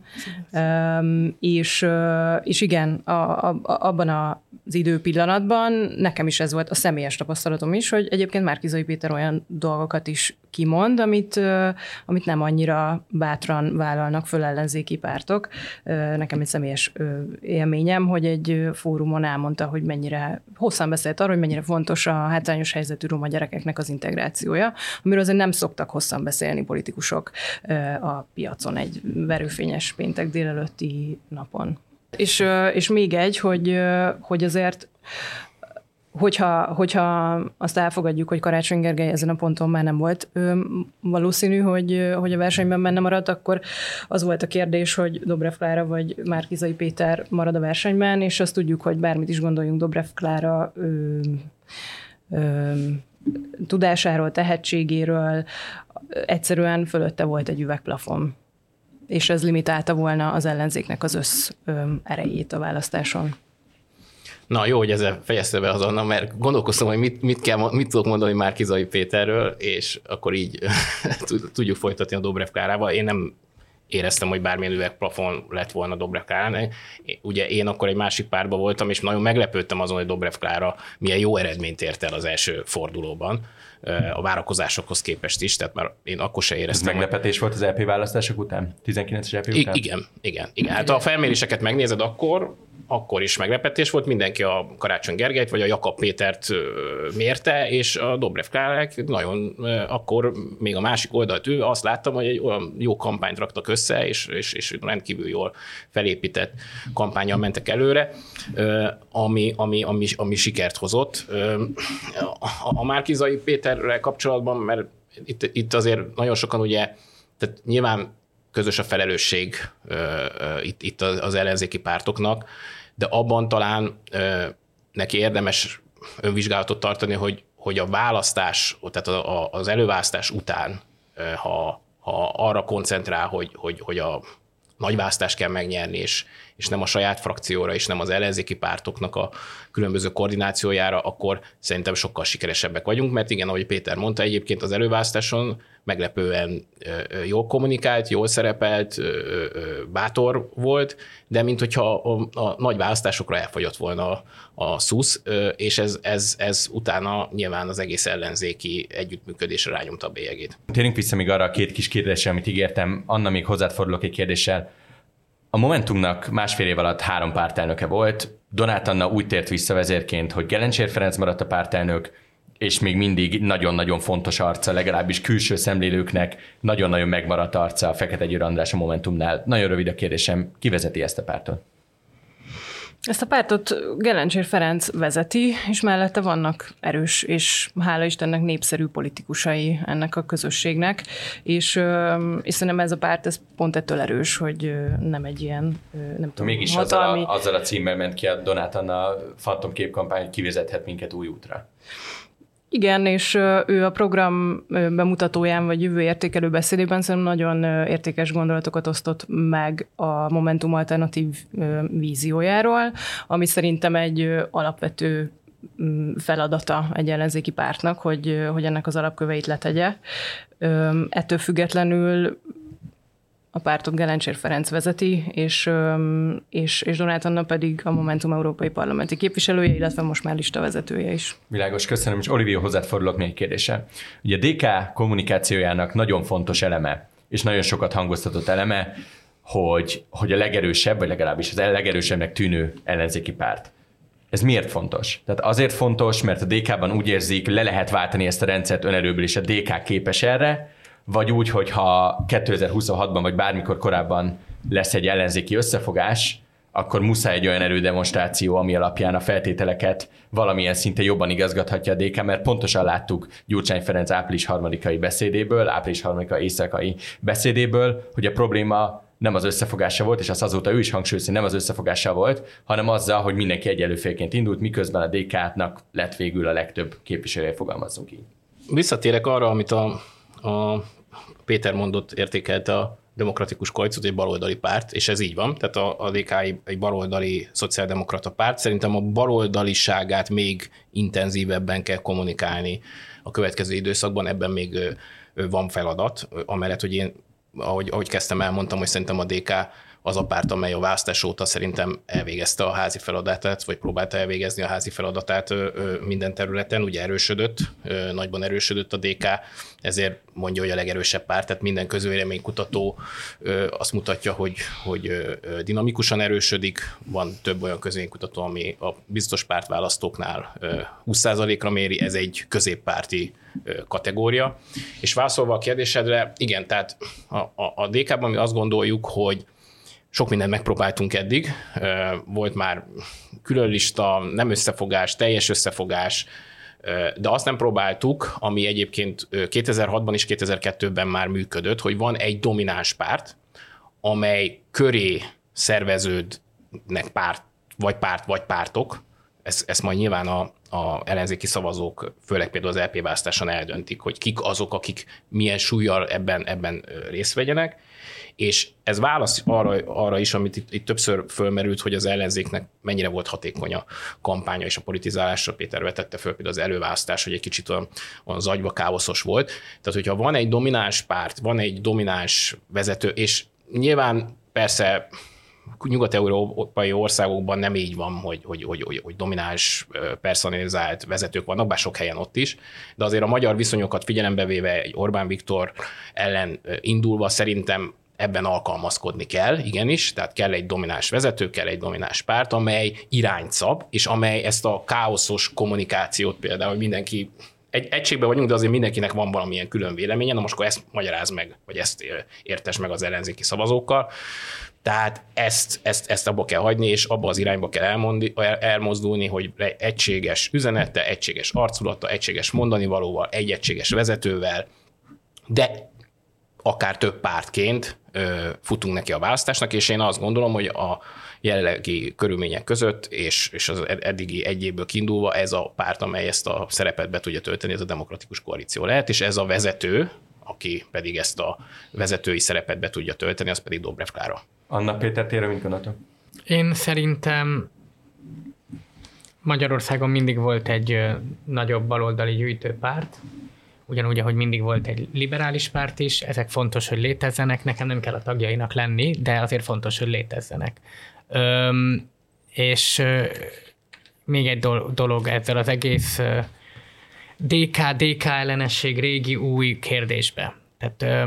És igen, abban az időpillanatban nekem is ez volt a személyes tapasztalatom is, hogy egyébként Márki-Zay Péter olyan dolgokat is kimond, amit nem annyira bátran vállalnak föl ellenzéki pártok. Nekem egy személyes élményem, hogy egy fórumon elmondta, hogy mennyire hosszan beszélt arról, hogy mennyire fontos a hátrányos helyzetű roma gyerekeknek az integrációja, amiről azért nem szoktak hosszan beszélni politikusok a piacon egy verőfényes péntek délelőtti napon. És még egy, hogy azért hogyha azt elfogadjuk, hogy Karácsony Gergely ezen a ponton már nem volt valószínű, hogy a versenyben benne maradt, akkor az volt a kérdés, hogy Dobrev Klára vagy Márki-Zay Péter marad a versenyben, és azt tudjuk, hogy bármit is gondoljunk Dobrev Klára tudásáról, tehetségéről, egyszerűen fölötte volt egy üvegplafon. És ez limitálta volna az ellenzéknek az erejét a választáson. Na jó, hogy ezzel fejezte be azonnal, mert gondolkoztam, hogy mit tudok mondani Márki-Zay Péterről, és akkor így tudjuk folytatni a Dobrev Klárával. Én nem éreztem, hogy bármilyen üvegplafon lett volna Dobrev Klárán. Ugye én akkor egy másik párban voltam, és nagyon meglepődtem azon, hogy Dobrev Klára milyen jó eredményt ért el az első fordulóban, a várakozásokhoz képest is, tehát már én akkor se éreztem. Ez meglepetés volt az EP választások után? 19-es EP után? Igen. Hát ha a felméréseket megnézed, akkor is meglepetés volt, mindenki a Karácsony Gergelyt vagy a Jakab Pétert mérte, és a Dobrev Klárák nagyon akkor még a másik oldalt azt láttam, hogy egy olyan jó kampányt raktak össze, és rendkívül jól felépített kampánnyal mentek előre, ami sikert hozott. A Márki-Zay Péterrel kapcsolatban, mert itt azért nagyon sokan ugye, tehát nyilván közös a felelősség itt az ellenzéki pártoknak, de abban talán neki érdemes önvizsgálatot tartani, hogy a választás, tehát az előválasztás után, ha arra koncentrál, hogy a nagyválasztást kell megnyerni, és nem a saját frakcióra, és nem az ellenzéki pártoknak a különböző koordinációjára, akkor szerintem sokkal sikeresebbek vagyunk, mert igen, ahogy Péter mondta, egyébként az előválasztáson meglepően jól kommunikált, jól szerepelt, bátor volt, de minthogyha a nagy választásokra elfogyott volna a szusz, és ez utána nyilván az egész ellenzéki együttműködésre rányomta a bélyegét. Térjünk vissza még arra a két kis kérdésre, amit ígértem. Anna, még hozzád fordulok egy kérdéssel. A Momentumnak másfél év alatt 3 pártelnöke volt. Donát Anna úgy tért vissza vezérként, hogy Gelencsér Ferenc maradt a pártelnök, és még mindig nagyon-nagyon fontos arca, legalábbis külső szemlélőknek nagyon-nagyon megmaradt arca a Fekete Győr András a Momentumnál. Nagyon rövid a kérdésem, ki vezeti ezt a pártot? Ezt a pártot Gelencsér Ferenc vezeti, és mellette vannak erős és hála Istennek népszerű politikusai ennek a közösségnek, és szerintem ez a párt ez pont ettől erős, hogy nem egy ilyen, nem tudom, mégis hatalmi... azzal a címmel ment ki a Donát Anna fantomképkampány, hogy kivezethet minket új útra. Igen, és ő a program bemutatóján vagy jövő értékelő beszédében szerintem nagyon értékes gondolatokat osztott meg a Momentum alternatív víziójáról, ami szerintem egy alapvető feladata egy ellenzéki pártnak, hogy ennek az alapköveit letegye. Ettől függetlenül a pártot Gelencsér Ferenc vezeti, és Donát Anna pedig a Momentum európai parlamenti képviselője, illetve most már listavezetője is. Világos, köszönöm, és Olivia, hozzád fordulok még egy kérdéssel. Ugye a DK kommunikációjának nagyon fontos eleme, és nagyon sokat hangoztatott eleme, hogy a legerősebb, vagy legalábbis az legerősebbnek tűnő ellenzéki párt. Ez miért fontos? Tehát azért fontos, mert a DK-ban úgy érzik, le lehet váltani ezt a rendszert önerőből, és a DK képes erre, vagy úgy, hogyha 2026-ban vagy bármikor korábban lesz egy ellenzéki összefogás, akkor muszáj egy olyan erődemonstráció, ami alapján a feltételeket valamilyen szinten jobban igazgathatja a DK, mert pontosan láttuk Gyurcsány Ferenc április 3-ai beszédéből, április 3-ai éjszakai beszédéből, hogy a probléma nem az összefogása volt, és azt azóta ő is hangsúlyozta, hogy nem az összefogása volt, hanem azzal, hogy mindenki egyenlő félként indult, miközben a DK-nak lett végül a legtöbb képviselője, fogalmazzunk így. Visszatérek arra, amit a Péter mondott, értékelte a demokratikus koalíciót, egy baloldali párt, és ez így van, tehát a DK egy baloldali szociáldemokrata párt. Szerintem a baloldaliságát még intenzívebben kell kommunikálni a következő időszakban, ebben még van feladat, amellett, hogy én, ahogy kezdtem, elmondtam, hogy szerintem a DK az a párt, amely a választás óta szerintem elvégezte a házi feladatát, vagy próbálta elvégezni a házi feladatát minden területen, ugye erősödött, nagyban erősödött a DK, ezért mondja, hogy a legerősebb párt, tehát minden közvéleménykutató azt mutatja, hogy dinamikusan erősödik, van több olyan közvéleménykutató, ami a biztos pártválasztóknál 20%-ra méri, ez egy középpárti kategória. És válaszolva a kérdésedre, igen, tehát a DK-ban mi azt gondoljuk, hogy Sok mindent megpróbáltunk eddig, volt már külön lista, nem összefogás, teljes összefogás, de azt nem próbáltuk, ami egyébként 2006-ban és 2002-ben már működött, hogy van egy domináns párt, amely köré szerveződnek párt vagy pártok, ezt majd nyilván a ellenzéki szavazók, főleg például az LP választáson eldöntik, hogy kik azok, akik milyen súllyal ebben részt vegyenek, és ez válasz arra is, amit itt többször fölmerült, hogy az ellenzéknek mennyire volt hatékony a kampánya és a politizálásra. Péter vetette föl például az előválasztás, hogy egy kicsit olyan zagyva, káoszos volt. Tehát, hogyha van egy domináns párt, van egy domináns vezető, és nyilván persze nyugat-európai országokban nem így van, hogy domináns, personalizált vezetők vannak, bár sok helyen ott is, de azért a magyar viszonyokat figyelembe véve egy Orbán Viktor ellen indulva szerintem ebben alkalmazkodni kell, igenis, tehát kell egy domináns vezető, kell egy domináns párt, amely irányt szab, és amely ezt a káoszos kommunikációt például, hogy mindenki egységben vagyunk, de azért mindenkinek van valamilyen külön véleménye, na most akkor ezt magyaráz meg, vagy ezt értesd meg az ellenzéki szavazókkal. Tehát ezt abba kell hagyni, és abba az irányba kell elmozdulni, hogy egységes üzenete, egységes arculata, egységes mondanivalóval, egy egységes vezetővel, de akár több pártként futunk neki a választásnak, és én azt gondolom, hogy a jelenlegi körülmények között, és az eddigi egy évből kiindulva ez a párt, amely ezt a szerepet be tudja tölteni, ez a Demokratikus Koalíció lehet, és ez a vezető, aki pedig ezt a vezetői szerepet be tudja tölteni, az pedig Dobrev Klára. Anna Péter, térre mit gondoltok? Én szerintem Magyarországon mindig volt egy nagyobb baloldali gyűjtőpárt, ugyanúgy, ahogy mindig volt egy liberális párt is, ezek fontos, hogy létezzenek, nekem nem kell a tagjainak lenni, de azért fontos, hogy létezzenek. És még egy dolog ezzel az egész DK ellenesség régi új kérdésbe. Tehát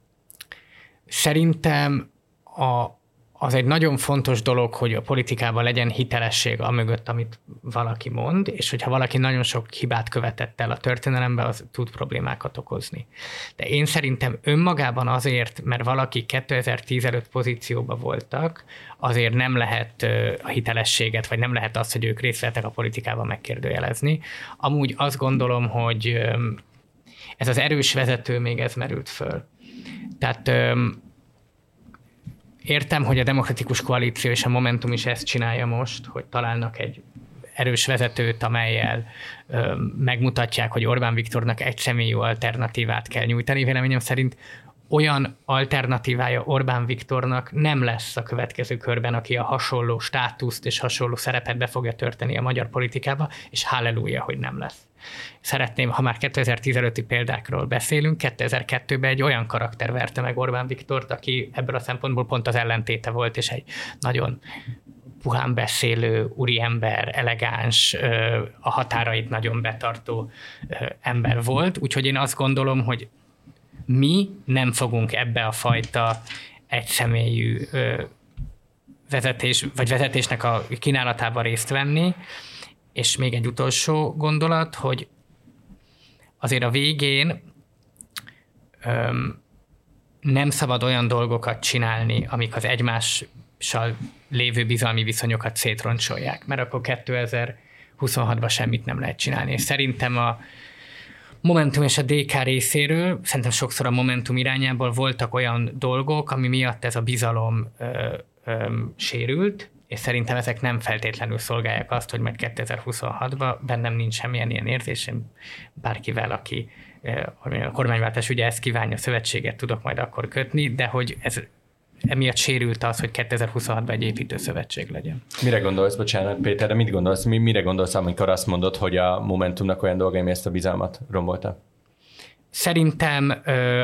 szerintem az egy nagyon fontos dolog, hogy a politikában legyen hitelesség amögött, amit valaki mond, és hogyha valaki nagyon sok hibát követett el a történelemben, az tud problémákat okozni. De én szerintem önmagában azért, mert valaki 2010 előtt pozícióban voltak, azért nem lehet a hitelességet, vagy nem lehet azt, hogy ők részt vettek a politikában megkérdőjelezni. Amúgy azt gondolom, hogy ez az erős vezető még ez merült föl. Tehát értem, hogy a Demokratikus Koalíció és a Momentum is ezt csinálja most, hogy találnak egy erős vezetőt, amellyel megmutatják, hogy Orbán Viktornak egy személyű alternatívát kell nyújtani. Véleményem szerint olyan alternatívája Orbán Viktornak nem lesz a következő körben, aki a hasonló státuszt és hasonló szerepet be fogja tölteni a magyar politikába, és halleluja, hogy nem lesz. Szeretném, ha már 2015-i példákról beszélünk, 2002-ben egy olyan karakter verte meg Orbán Viktort, aki ebből a szempontból pont az ellentéte volt, és egy nagyon puhán beszélő, úriember, elegáns, a határait nagyon betartó ember volt. Úgyhogy én azt gondolom, hogy mi nem fogunk ebbe a fajta egyszemélyű vezetésnek a kínálatában részt venni. És még egy utolsó gondolat, hogy azért a végén nem szabad olyan dolgokat csinálni, amik az egymással lévő bizalmi viszonyokat szétroncsolják, mert akkor 2026-ban semmit nem lehet csinálni. És szerintem a Momentum és a DK részéről, szerintem sokszor a Momentum irányából voltak olyan dolgok, ami miatt ez a bizalom sérült, és szerintem ezek nem feltétlenül szolgálják azt, hogy majd 2026-ban bennem nincs semmilyen ilyen érzésem, bárkivel, aki a kormányváltás ugye ezt kívánja, szövetséget tudok majd akkor kötni, de hogy ez emiatt sérült az, hogy 2026-ban egy építőszövetség legyen. Mire gondolsz, bocsánat Péter, de mit gondolsz, mire gondolsz, amikor azt mondod, hogy a Momentumnak olyan dolgai, ami ezt a bizalmat rombolta? Szerintem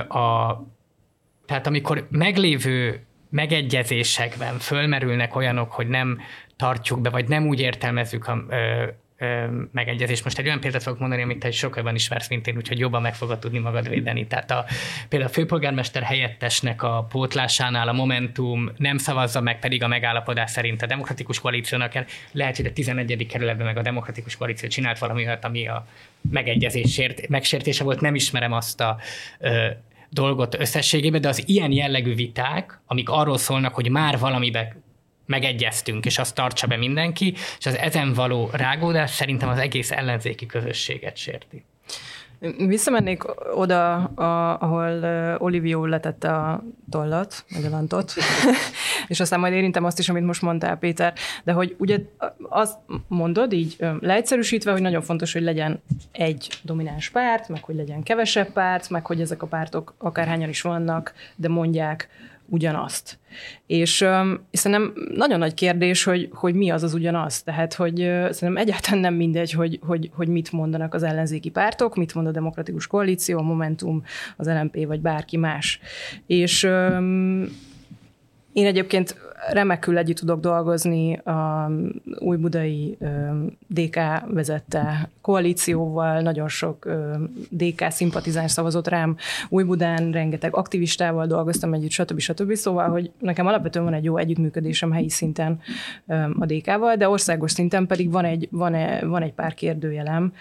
tehát amikor meglévő megegyezésekben fölmerülnek olyanok, hogy nem tartjuk be, vagy nem úgy értelmezzük a megegyezést. Most egy olyan példát fogok mondani, amit te sokkal jobban ismersz, mint én, úgyhogy jobban meg fogod tudni magad védeni. Tehát például a főpolgármester helyettesnek a pótlásánál a Momentum nem szavazza meg, pedig a megállapodás szerint a Demokratikus Koalíciónak lehet, hogy a 11. kerületben meg a Demokratikus Koalíció csinált valami olyat, ami a megegyezés megsértése volt. Nem ismerem azt a dolgot összességében, de az ilyen jellegű viták, amik arról szólnak, hogy már valamibe megegyeztünk, és azt tartsa be mindenki, és az ezen való rágódás szerintem az egész ellenzéki közösséget sérti. Visszamennék oda, ahol Olivió letette a tollat, vagy a lantot, és aztán majd érintem azt is, amit most mondtál, Péter, de hogy ugye azt mondod így leegyszerűsítve, hogy nagyon fontos, hogy legyen egy domináns párt, meg hogy legyen kevesebb párt, meg hogy ezek a pártok akárhányan is vannak, de mondják ugyanazt. És szerintem nagyon nagy kérdés, hogy mi az ugyanaz. Tehát, hogy szerintem egyáltalán nem mindegy, hogy mit mondanak az ellenzéki pártok, mit mond a Demokratikus Koalíció, a Momentum, az LMP vagy bárki más. És én egyébként remekül együtt tudok dolgozni a újbudai DK vezette koalícióval, nagyon sok DK szimpatizáns szavazott rám Újbudán, rengeteg aktivistával dolgoztam együtt, stb. Szóval, hogy nekem alapvetően van egy jó együttműködésem helyi szinten a DK-val, de országos szinten pedig van egy pár kérdőjelem.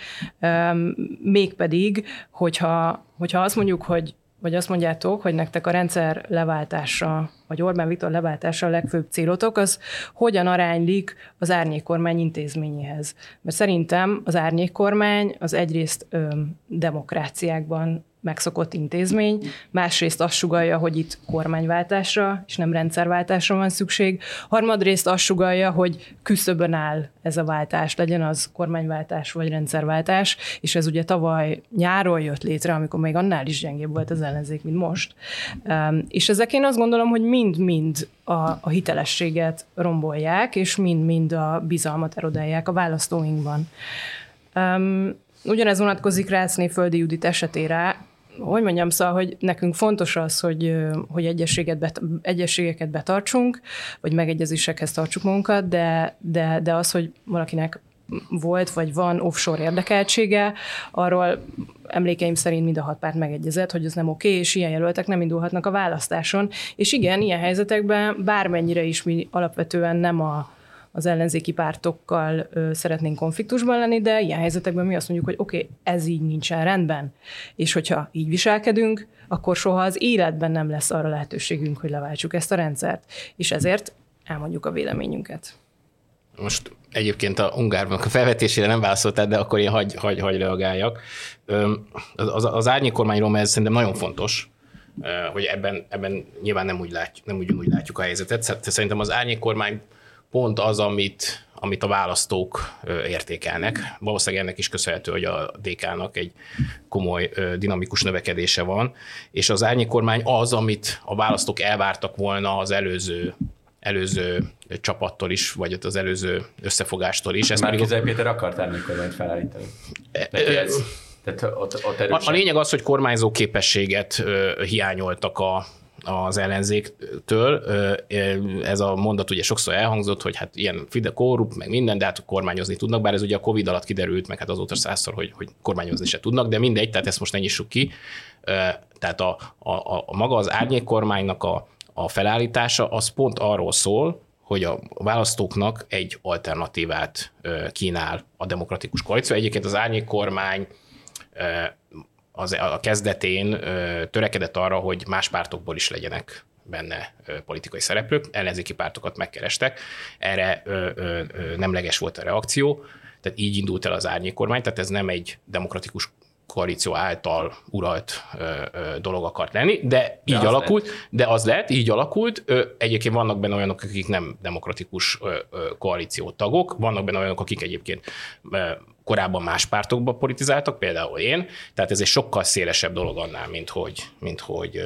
Mégpedig, hogyha azt mondjuk, vagy azt mondjátok, hogy nektek a rendszer leváltása, vagy Orbán Viktor leváltása a legfőbb célotok, az hogyan aránylik az árnyékkormány intézményéhez? Mert szerintem az árnyékkormány az egyrészt demokráciákban megszokott intézmény, másrészt azt sugallja, hogy itt kormányváltásra és nem rendszerváltásra van szükség, harmadrészt azt sugallja, hogy küszöbön áll ez a váltás, legyen az kormányváltás vagy rendszerváltás, és ez ugye tavaly nyáron jött létre, amikor még annál is gyengébb volt az ellenzék, mint most. És ezek én azt gondolom, hogy mind-mind a hitelességet rombolják, és mind-mind a bizalmat erodálják a választóinkban. Ugyanez vonatkozik Ráczné-Földi Judit esetére, hogy mondjam, szóval, hogy nekünk fontos az, hogy egyességeket betartsunk, vagy megegyezésekhez tartsuk magunkat, de az, hogy valakinek volt, vagy van offshore érdekeltsége, arról emlékeim szerint mind a 6 párt megegyezett, hogy ez nem oké, és ilyen jelöltek nem indulhatnak a választáson. És igen, ilyen helyzetekben bármennyire is mi alapvetően nem az ellenzéki pártokkal szeretnénk konfliktusban lenni, de ilyen helyzetekben mi azt mondjuk, hogy oké, ez így nincsen rendben. És hogyha így viselkedünk, akkor soha az életben nem lesz arra lehetőségünk, hogy leváltsuk ezt a rendszert. És ezért elmondjuk a véleményünket. Most egyébként a Ungárnak a felvetésére nem válaszoltál, de akkor én hagy reagáljak. Az árnyékkormányról ez szerintem nagyon fontos, hogy ebben nyilván nem úgy látjuk a helyzetet. Szerintem az árnyékkormány pont az, amit a választók értékelnek. Valószínűleg ennek is köszönhető, hogy a DK-nak egy komoly dinamikus növekedése van, és az árnyékkormány az, amit a választók elvártak volna az előző csapattól is, vagy az előző összefogástól is. Már Gizely Péter akart árnyékkormányt felállítani. A lényeg az, hogy kormányzó képességet hiányoltak az ellenzéktől. Ez a mondat ugye sokszor elhangzott, hogy hát ilyen korrupt, meg minden, de hát kormányozni tudnak, bár ez ugye a Covid alatt kiderült, meg hát azóta 100-szor, hogy kormányozni se tudnak, de mindegy, tehát ezt most ne nyissuk ki. Tehát a maga az árnyékkormánynak a felállítása az pont arról szól, hogy a választóknak egy alternatívát kínál a Demokratikus Koalíció. Egyébként az árnyékkormány a kezdetén törekedett arra, hogy más pártokból is legyenek benne politikai szereplők, ellenzéki pártokat megkerestek, erre nemleges volt a reakció, tehát így indult el az árnyékkormány, tehát ez nem egy Demokratikus Koalíció által uralt dolog akart lenni, de így alakult, de az lett, így alakult. Egyébként vannak benne olyanok, akik nem Demokratikus Koalíció tagok, vannak benne olyanok, akik egyébként korábban más pártokba politizáltak, például én, tehát ez egy sokkal szélesebb dolog annál, mint hogy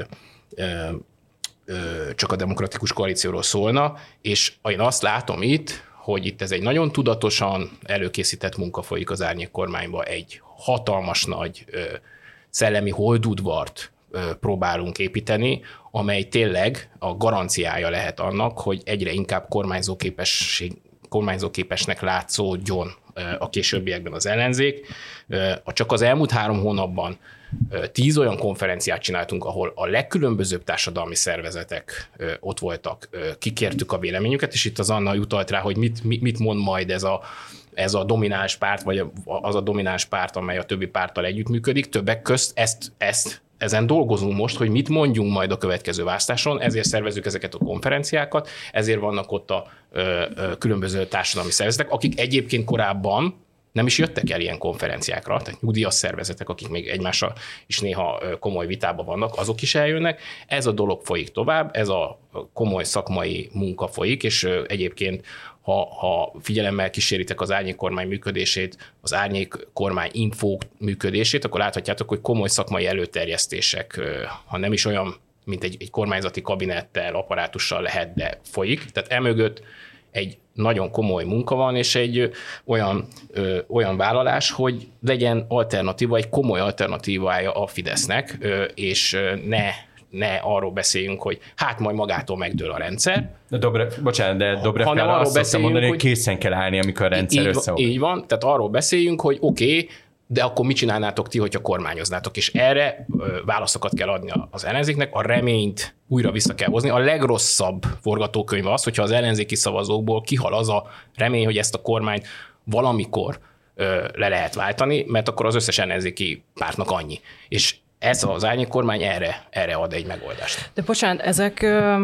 csak a Demokratikus Koalícióról szólna, és én azt látom itt, hogy itt ez egy nagyon tudatosan előkészített munka folyik az árnyékkormányba, egy hatalmas nagy szellemi holdudvart próbálunk építeni, amely tényleg a garanciája lehet annak, hogy egyre inkább kormányzóképesnek látszódjon a későbbiekben az ellenzék. Csak az elmúlt 3 hónapban 10 olyan konferenciát csináltunk, ahol a legkülönbözőbb társadalmi szervezetek ott voltak, kikértük a véleményüket, és itt az Anna utalt rá, hogy mit mond majd ez a domináns párt, vagy az a domináns párt, amely a többi párttal együttműködik. Többek közt ezt ezen dolgozunk most, hogy mit mondjunk majd a következő választáson, ezért szervezzük ezeket a konferenciákat, ezért vannak ott a különböző társadalmi szervezetek, akik egyébként korábban nem is jöttek el ilyen konferenciákra, tehát nyugdíjas szervezetek, akik még egymással is néha komoly vitában vannak, azok is eljönnek. Ez a dolog folyik tovább, ez a komoly szakmai munka folyik, és egyébként ha figyelemmel kíséritek az árnyék kormány működését, az árnyék kormány infók működését, akkor láthatjátok, hogy komoly szakmai előterjesztések, ha nem is olyan, mint egy kormányzati kabinettel, apparátussal lehet, de folyik. Tehát emögött egy nagyon komoly munka van, és egy olyan vállalás, hogy legyen alternatíva, egy komoly alternatívája a Fidesznek, és ne arról beszéljünk, hogy hát majd magától megdől a rendszer. De Dobrev Klára azt szokta mondani, hogy készen kell állni, amikor a rendszer összeomlik. Így van, tehát arról beszéljünk, hogy oké, de akkor mit csinálnátok ti, hogyha kormányoznátok? És erre válaszokat kell adni az ellenzéknek, a reményt újra vissza kell hozni. A legrosszabb forgatókönyv az, hogyha az ellenzéki szavazókból kihal az a remény, hogy ezt a kormányt valamikor le lehet váltani, mert akkor az összes ellenzéki pártnak annyi. És ez az árnyék kormány erre ad egy megoldást. De bocsánat, ezek,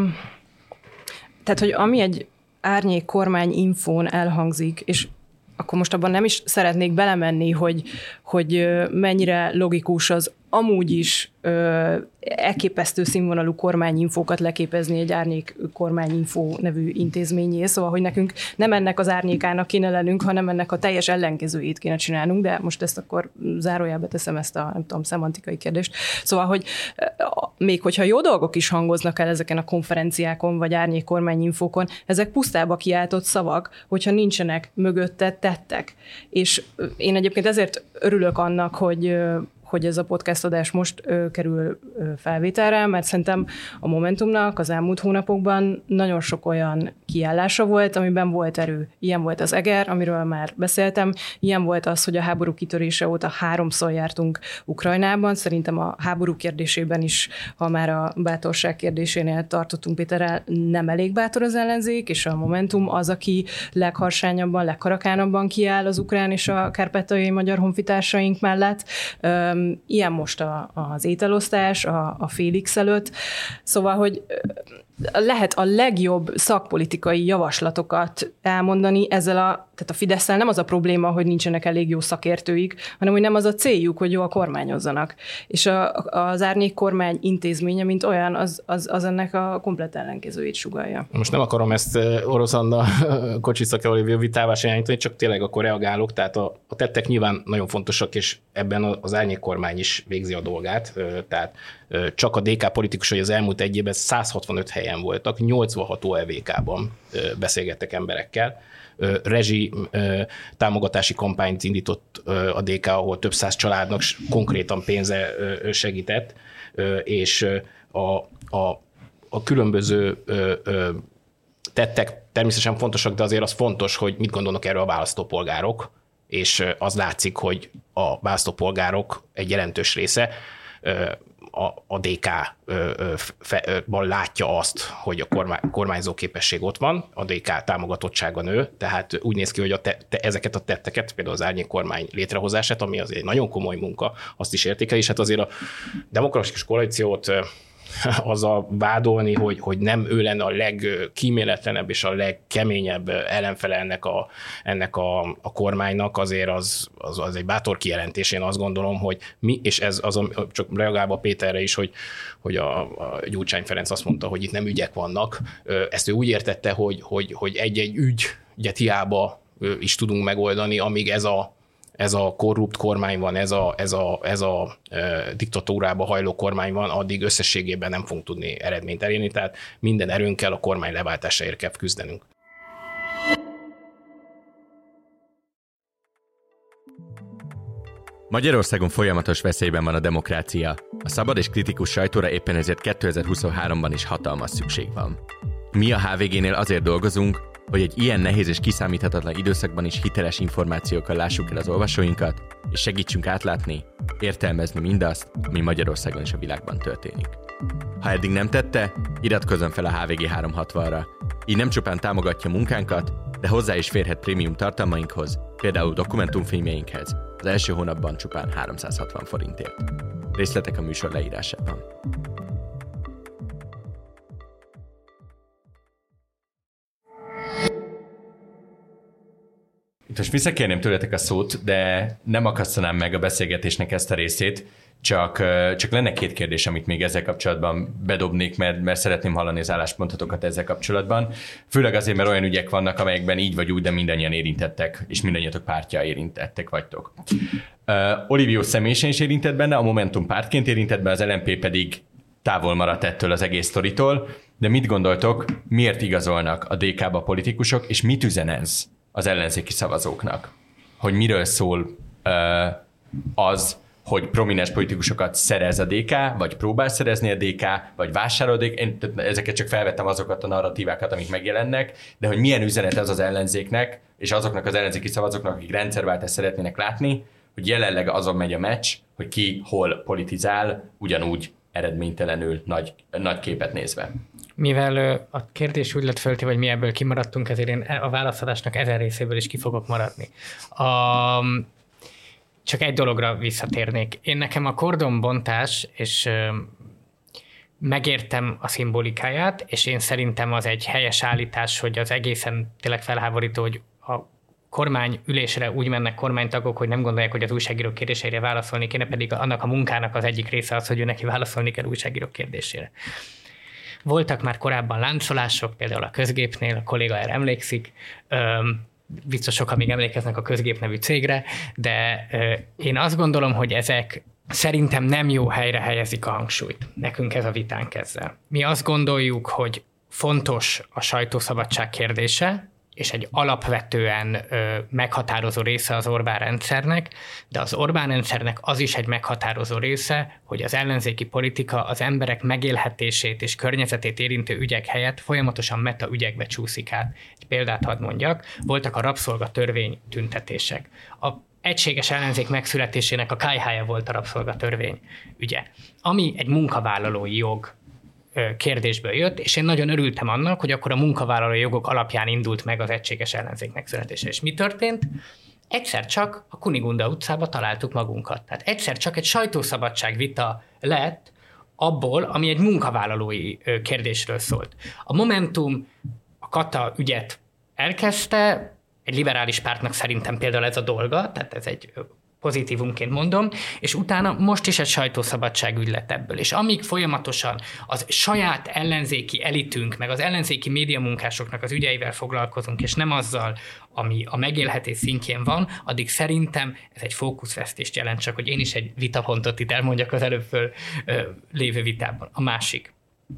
tehát hogy ami egy árnyék kormány infón elhangzik, és akkor most abban nem is szeretnék belemenni, hogy mennyire logikus az amúgy is elképesztő színvonalú kormányinfókat leképezni egy árnyék kormányinfó nevű intézményé, szóval, hogy nekünk nem ennek az árnyékának kéne lennünk, hanem ennek a teljes ellenkezőjét kéne csinálnunk, de most ezt akkor zárójelbe teszem ezt a, nem tudom, szemantikai kérdést. Szóval, hogy még hogyha jó dolgok is hangoznak el ezeken a konferenciákon, vagy árnyék kormányinfókon, ezek pusztába kiáltott szavak, hogyha nincsenek mögötte tettek. És én egyébként ezért örülök annak, hogy ez a podcast adás most kerül felvételre, mert szerintem a Momentumnak az elmúlt hónapokban nagyon sok olyan kiállása volt, amiben volt erő. Ilyen volt az Eger, amiről már beszéltem, ilyen volt az, hogy a háború kitörése óta 3-szor jártunk Ukrajnában. Szerintem a háború kérdésében is, ha már a bátorság kérdésénél tartottunk Péterrel, nem elég bátor az ellenzék, és a Momentum az, aki legharsányabban, legkarakánabban kiáll az ukrán és a kárpátaljai magyar honfitársaink mellett. Ilyen most az ételosztás, a Félix előtt. Szóval, hogy lehet a legjobb szakpolitikai javaslatokat elmondani tehát a Fidesszel nem az a probléma, hogy nincsenek elég jó szakértőik, hanem hogy nem az a céljuk, hogy jól kormányozzanak. És az árnyék kormány intézménye, mint olyan, az ennek a komplett ellenkezőjét sugallja. Most nem akarom ezt Orosz Anna Kocsiszake vitává irányítani, csak tényleg akkor reagálok, tehát a tettek nyilván nagyon fontosak, és ebben az árnyék kormány is végzi a dolgát, tehát csak a DK politikusai az elmúlt egy évben 165 helyen voltak, 86 OLVK-ban beszélgettek emberekkel. Rezsi támogatási kampányt indított a DK, ahol több száz családnak konkrétan pénze segített, és a különböző tettek természetesen fontosak, de azért az fontos, hogy mit gondolnak erről a választópolgárok, és az látszik, hogy a választópolgárok egy jelentős része a DK-ban látja azt, hogy a kormányzó képesség ott van, a DK támogatottsága nő, tehát úgy néz ki, hogy ezeket a tetteket, például az árnyék kormány létrehozását, ami azért egy nagyon komoly munka, azt is értékel, és hát azért a demokratikus koalíciót azzal vádolni, hogy nem ő lenne a legkíméletlenebb és a legkeményebb ellenfele ennek a kormánynak, azért az egy bátor kijelentés. Én azt gondolom, hogy mi, és ez csak reagálva Péterre is, hogy a Gyurcsány Ferenc azt mondta, hogy itt nem ügyek vannak. Ezt ő úgy értette, hogy egy-egy ügyet hiába is tudunk megoldani, amíg ez a korrupt kormány van, ez a diktatúrába hajló kormány van, addig összességében nem fogunk tudni eredményt elérni, tehát minden erőnkkel a kormány leváltásáért kell küzdenünk. Magyarországon folyamatos veszélyben van a demokrácia. A szabad és kritikus sajtóra éppen ezért 2023-ban is hatalmas szükség van. Mi a HVG-nél azért dolgozunk, hogy egy ilyen nehéz és kiszámíthatatlan időszakban is hiteles információkkal lássuk el az olvasóinkat, és segítsünk átlátni, értelmezni mindazt, ami Magyarországon és a világban történik. Ha eddig nem tette, iratkozzon fel a HVG 360-ra. Így nem csupán támogatja munkánkat, de hozzá is férhet prémium tartalmainkhoz, például dokumentumfilmjeinkhez, az első hónapban csupán 360 forintért. Részletek a műsor leírásában. Itt most visszakérném tőletek a szót, de nem akasztanám meg a beszélgetésnek ezt a részét, csak lenne 2 kérdés, amit még ezzel kapcsolatban bedobnék, mert szeretném hallani az álláspontotokat ezzel kapcsolatban. Főleg azért, mert olyan ügyek vannak, amelyekben így vagy úgy, de mindannyian érintettek, és mindannyiatok pártja érintettek vagytok. Olivio személyesen is érintett benne, a Momentum pártként érintett benne, az LMP pedig távol maradt ettől az egész sztoritól, de mit gondoltok, miért igazolnak a DK-ba politikusok, és mit üzen ez az ellenzéki szavazóknak? Hogy miről szól az, hogy prominens politikusokat szerez a DK, vagy próbál szerezni a DK, vagy vásárol a DK. Én ezeket csak felvettem azokat a narratívákat, amik megjelennek, de hogy milyen üzenet ez az ellenzéknek, és azoknak az ellenzéki szavazóknak, akik rendszerváltást szeretnének látni, hogy jelenleg azon megy a meccs, hogy ki hol politizál, ugyanúgy eredménytelenül nagy képet nézve. Mivel a kérdés úgy lett föltéve, hogy mi ebből kimaradtunk, ezért én a válaszadásnak ezen részéből is ki fogok maradni. Csak egy dologra visszatérnék. Én nekem a kordonbontás, és megértem a szimbolikáját, és én szerintem az egy helyes állítás, hogy az egészen tényleg felháborító, hogy a kormány ülésre úgy mennek kormánytagok, hogy nem gondolják, hogy az újságírók kérdéseire válaszolni kéne, pedig annak a munkának az egyik része az, hogy ő neki válaszolni kell újságírók kérdésére. Voltak már korábban láncolások, például a Közgépnél, a kolléga erre emlékszik, biztos sokan még emlékeznek a Közgép nevű cégre, de én azt gondolom, hogy ezek szerintem nem jó helyre helyezik a hangsúlyt. Nekünk ez a vitánk ezzel. Mi azt gondoljuk, hogy fontos a sajtószabadság kérdése, és egy alapvetően meghatározó része az Orbán rendszernek, de az Orbán rendszernek az is egy meghatározó része, hogy az ellenzéki politika az emberek megélhetését és környezetét érintő ügyek helyett folyamatosan meta ügyekbe csúszik át. Egy példát hadd mondjak, voltak a rabszolgatörvény tüntetések. A egységes ellenzék megszületésének a kájhája volt a rabszolgatörvény ügye, ami egy munkavállalói jog kérdésből jött, és én nagyon örültem annak, hogy akkor a munkavállalói jogok alapján indult meg az egységes ellenzék megszületése. És mi történt? Egyszer csak a Kunigunda utcába találtuk magunkat. Tehát egyszer csak egy sajtószabadság vita lett abból, ami egy munkavállalói kérdésről szólt. A Momentum a Kata ügyet elkezdte, egy liberális pártnak szerintem például ez a dolga, tehát ez egy pozitívumként mondom, és utána most is egy sajtószabadság ügy lett ebből. És amíg folyamatosan az saját ellenzéki elitünk, meg az ellenzéki médiamunkásoknak az ügyeivel foglalkozunk, és nem azzal, ami a megélhetés szintjén van, addig szerintem ez egy fókuszvesztést jelent, csak hogy én is egy vitapontot itt elmondjak az előbb lévő vitában. A másik.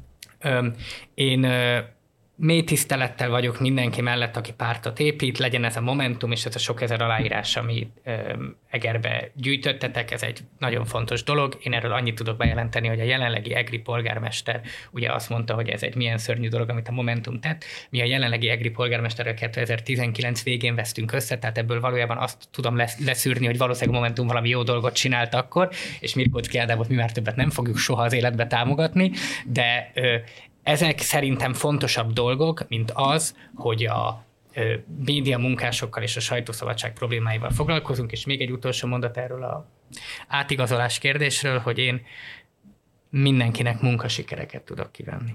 Én mély tisztelettel vagyok mindenki mellett, aki pártot épít, legyen ez a Momentum, és ez a sok ezer aláírás, ami Egerbe gyűjtöttetek, ez egy nagyon fontos dolog. Én erről annyit tudok bejelenteni, hogy a jelenlegi egri polgármester ugye azt mondta, hogy ez egy milyen szörnyű dolog, amit a Momentum tett. Mi a jelenlegi egri polgármesterrel 2019 végén vesztünk össze, tehát ebből valójában azt tudom leszűrni, hogy valószínűleg a Momentum valami jó dolgot csinált akkor, és Mirkocki Ádámot mi már többet nem fogjuk soha az életbe támogatni, de ezek szerintem fontosabb dolgok, mint az, hogy a média munkásokkal és a sajtószabadság problémáival foglalkozunk, és még egy utolsó mondat erről az átigazolás kérdésről, hogy én mindenkinek munkasikereket tudok kívánni.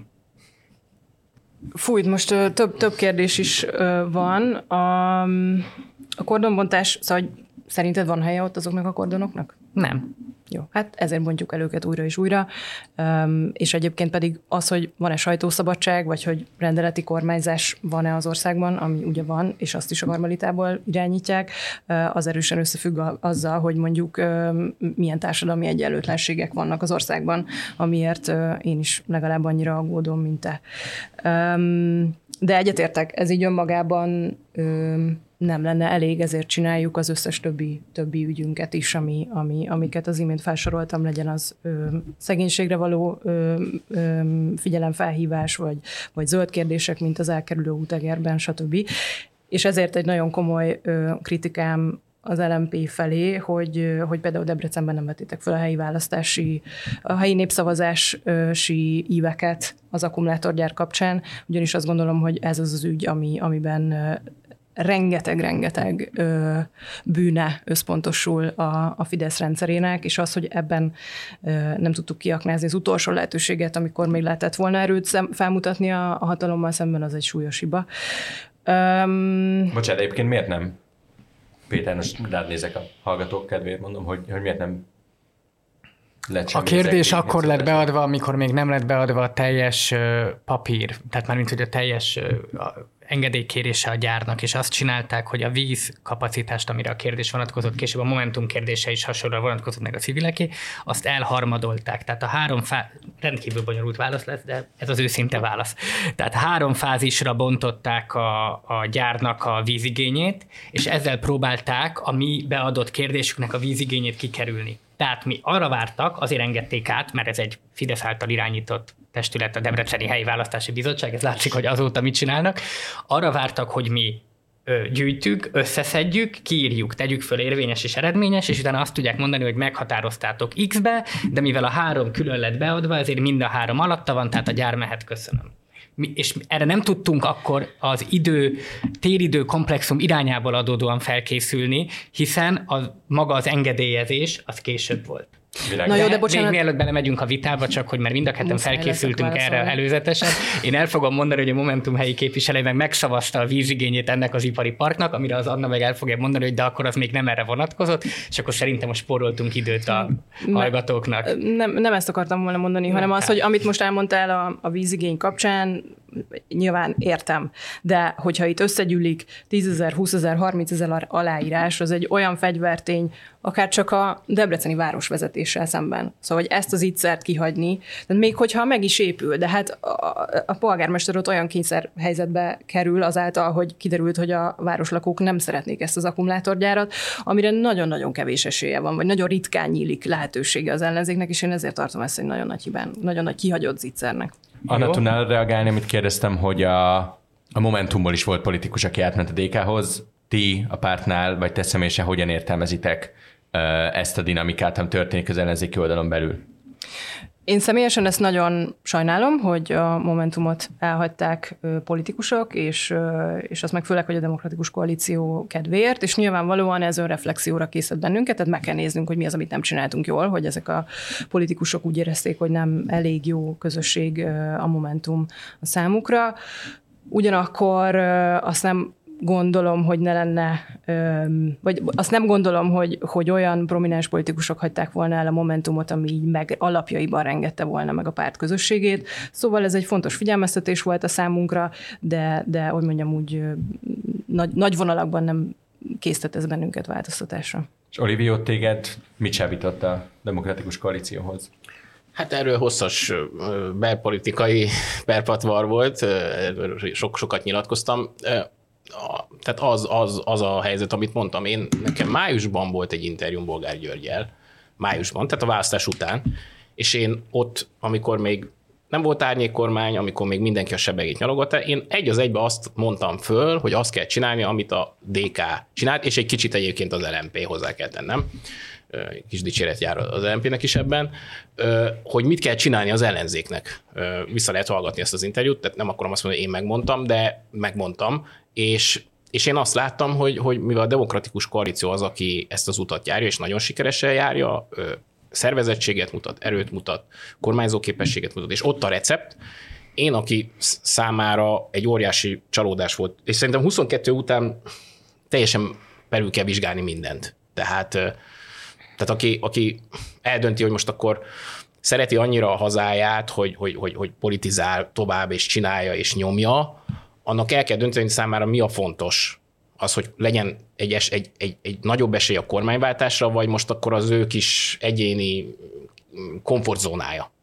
Fújt, most több kérdés is van. A kordonbontás, szóval szerinted van helye ott azoknak a kordonoknak? Nem. Jó, hát ezért mondjuk el őket újra és újra, és egyébként pedig az, hogy van-e sajtószabadság, vagy hogy rendeleti kormányzás van-e az országban, ami ugye van, és azt is a Karmelitából irányítják, az erősen összefügg azzal, hogy mondjuk milyen társadalmi egyenlőtlenségek vannak az országban, amiért én is legalább annyira aggódom, mint te. De egyetértek, ez így önmagában nem lenne elég, ezért csináljuk az összes többi ügyünket is, amiket az imént felsoroltam, legyen az szegénységre való figyelemfelhívás, vagy zöld kérdések, mint az elkerülő út Egerben, stb. És ezért egy nagyon komoly kritikám az LMP felé, hogy például Debrecenben nem vettétek fel a helyi népszavazási íveket az akkumulátorgyár kapcsán, ugyanis azt gondolom, hogy ez az ügy, amiben rengeteg bűne összpontosul a Fidesz rendszerének, és az, hogy ebben nem tudtuk kiaknázni az utolsó lehetőséget, amikor még lehetett volna erőt felmutatni a hatalommal szemben, az egy súlyos hiba. Bocsánat, egyébként miért nem? Péter, most rád nézek a hallgatók kedvéért, mondom, hogy miért nem lett a kérdés akkor lett beadva, amikor még nem lett beadva a teljes papír, tehát mármint, hogy a teljes engedélykérése a gyárnak, és azt csinálták, hogy a víz kapacitást, amire a kérdés vonatkozott, később a Momentum kérdése is hasonlóan vonatkozott meg a civileké, azt elharmadolták. Tehát a rendkívül bonyolult válasz lesz, de ez az őszinte válasz. Tehát 3 fázisra bontották a gyárnak a vízigényét, és ezzel próbálták a mi beadott kérdésüknek a vízigényét kikerülni. Tehát mi arra vártak, azért engedték át, mert ez egy Fidesz által irányított testület, a Debreceni Helyi Választási Bizottság, ez látszik, hogy azóta mit csinálnak. Arra vártak, hogy mi gyűjtjük, összeszedjük, kiírjuk, tegyük föl érvényes és eredményes, és utána azt tudják mondani, hogy meghatároztátok X-be, de mivel a 3 külön lett beadva, ezért mind a 3 alatta van, tehát a gyár mehet, köszönöm. És erre nem tudtunk akkor az téridő komplexum irányából adódóan felkészülni, hiszen maga az engedélyezés az később volt. Na jó, de bocsánat. Még mielőtt belemegyünk a vitába, csak hogy mert mind a ketten felkészültünk erre előzetesen. Én el fogom mondani, hogy a Momentum helyi képviselő meg megszavazta a vízigényét ennek az ipari parknak, amire az Anna meg el fogja mondani, hogy de akkor az még nem erre vonatkozott, és akkor szerintem most spóroltunk időt a hallgatókok. Nem ezt akartam volna mondani, hanem az, hogy amit most elmondtál a vízigény kapcsán, nyilván értem, de hogyha itt összegyűlik 10 000, 20 000, 30 000 aláírás, az egy olyan fegyvertény, akár csak a debreceni városvezetéssel szemben. Szóval, hogy ezt az ígyszert kihagyni, de még hogyha meg is épül, de hát a polgármester ott olyan kényszerhelyzetbe kerül azáltal, hogy kiderült, hogy a városlakók nem szeretnék ezt az akkumulátorgyárat, amire nagyon-nagyon kevés esélye van, vagy nagyon ritkán nyílik lehetősége az ellenzéknek, és én ezért tartom ezt egy nagyon nagy hibán, nagyon nagy kihagyott ígyszernek. Anna, tudnál reagálni, amit kérdeztem, hogy a Momentumból is volt politikus, aki átment a DK-hoz. Ti a pártnál, vagy te személyesen hogyan értelmezitek ezt a dinamikát, ami történik az ellenzéki oldalon belül? Én személyesen ezt nagyon sajnálom, hogy a Momentumot elhagyták politikusok, és azt meg főleg, hogy a Demokratikus Koalíció kedvéért, és nyilvánvalóan ez önreflexióra készít bennünket, tehát meg kell néznünk, hogy mi az, amit nem csináltunk jól, hogy ezek a politikusok úgy érezték, hogy nem elég jó közösség a Momentum a számukra. Ugyanakkor azt nem gondolom, hogy ne lenne, vagy azt nem gondolom, hogy olyan prominens politikusok hagyták volna el a Momentumot, ami így meg alapjaiban rengette volna meg a párt közösségét. Szóval ez egy fontos figyelmeztetés volt a számunkra, de hogy mondjam úgy, nagy vonalakban nem késztet ez bennünket változtatásra. És Olivió, téged mit csábított a Demokratikus Koalícióhoz? Hát erről hosszas belpolitikai perpatvar volt, sokat nyilatkoztam. Tehát az a helyzet, amit mondtam én, nekem májusban volt egy interjúm Bolgár Györggyel, májusban, tehát a választás után, és én ott, amikor még nem volt árnyékkormány, amikor még mindenki a sebegét nyalogatta, én egy az egybe azt mondtam föl, hogy azt kell csinálni, amit a DK csinált, és egy kicsit egyébként az LMP, hozzá kell tennem, kis dicséret jár az LMP-nek is ebben, hogy mit kell csinálni az ellenzéknek. Vissza lehet hallgatni ezt az interjút, tehát nem akarom azt mondani, hogy én megmondtam, de megmondtam, és én azt láttam, hogy mivel a Demokratikus Koalíció az, aki ezt az utat járja, és nagyon sikeresen járja, szervezettséget mutat, erőt mutat, kormányzóképességet mutat, és ott a recept. Én, aki számára egy óriási csalódás volt, és szerintem 22 után teljesen belül kell vizsgálni mindent. Tehát aki eldönti, hogy most akkor szereti annyira a hazáját, hogy politizál tovább, és csinálja, és nyomja, annak el kell dönteni, hogy számára mi a fontos. Az, hogy legyen egy nagyobb esély a kormányváltásra, vagy most akkor az ő kis egyéni komfortzónája.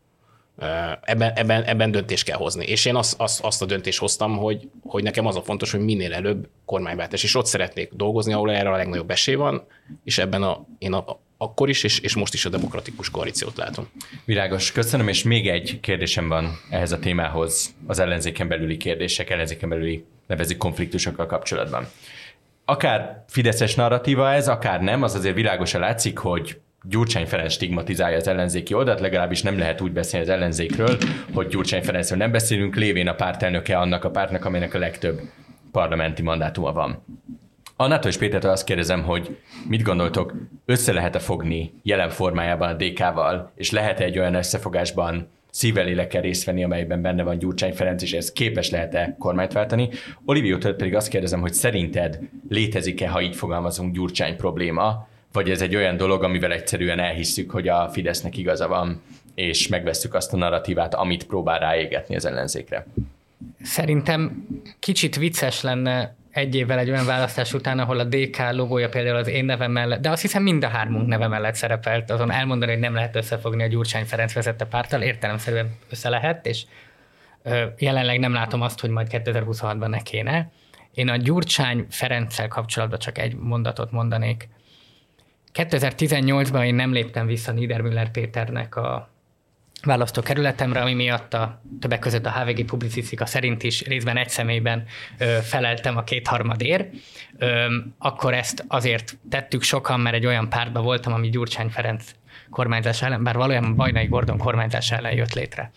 Ebben döntést kell hozni. És én azt a döntést hoztam, hogy nekem az a fontos, hogy minél előbb kormányváltás. És ott szeretnék dolgozni, ahol erre a legnagyobb esély van, és ebben én akkor is, és most is a Demokratikus Koalíciót látom. Világos, köszönöm, és még egy kérdésem van ehhez a témához, az ellenzéken belüli kérdések, ellenzéken belüli nevezzük konfliktusokkal kapcsolatban. Akár fideszes narratíva ez, akár nem, az azért világosan látszik, hogy Gyurcsány Ferenc stigmatizálja az ellenzéki oldalt, legalábbis nem lehet úgy beszélni az ellenzékről, hogy Gyurcsány Ferencről nem beszélünk, lévén a pártelnöke annak a pártnak, amelynek a legtöbb parlamenti mandátuma van. Annától és Pétertől azt kérdezem, hogy mit gondoltok, össze lehet-e fogni jelen formájában a DK-val, és lehet-e egy olyan összefogásban szívvel lélekkel részt venni, amelyben benne van Gyurcsány Ferenc, és ez képes lehet-e kormányt váltani? Oliviótól pedig azt kérdezem, hogy szerinted létezik-e, ha így fogalmazunk, Gyurcsány probléma, vagy ez egy olyan dolog, amivel egyszerűen elhisszük, hogy a Fidesznek igaza van, és megvesszük azt a narratívát, amit próbál ráégetni az ellenzékre? Szerintem kicsit vicces lenne egy évvel egy olyan választás után, ahol a DK logója például az én nevem mellett, de azt hiszem mind a hármunk neve mellett szerepelt, azon elmondani, hogy nem lehet összefogni a Gyurcsány Ferenc vezette párttal, értelemszerűen össze lehet, és jelenleg nem látom azt, hogy majd 2026-ban ne kéne. Én a Gyurcsány Ferenccel kapcsolatban csak egy mondatot mondanék. 2018-ban én nem léptem vissza Niedermüller Péternek a választókerületemre, ami miatt többek között a HVG publicisztika szerint is részben egy személyben feleltem a 2/3-ért. Akkor ezt azért tettük sokan, mert egy olyan pártban voltam, ami Gyurcsány Ferenc kormányzás ellen, bár valójában Bajnai Gordon kormányzás ellen jött létre.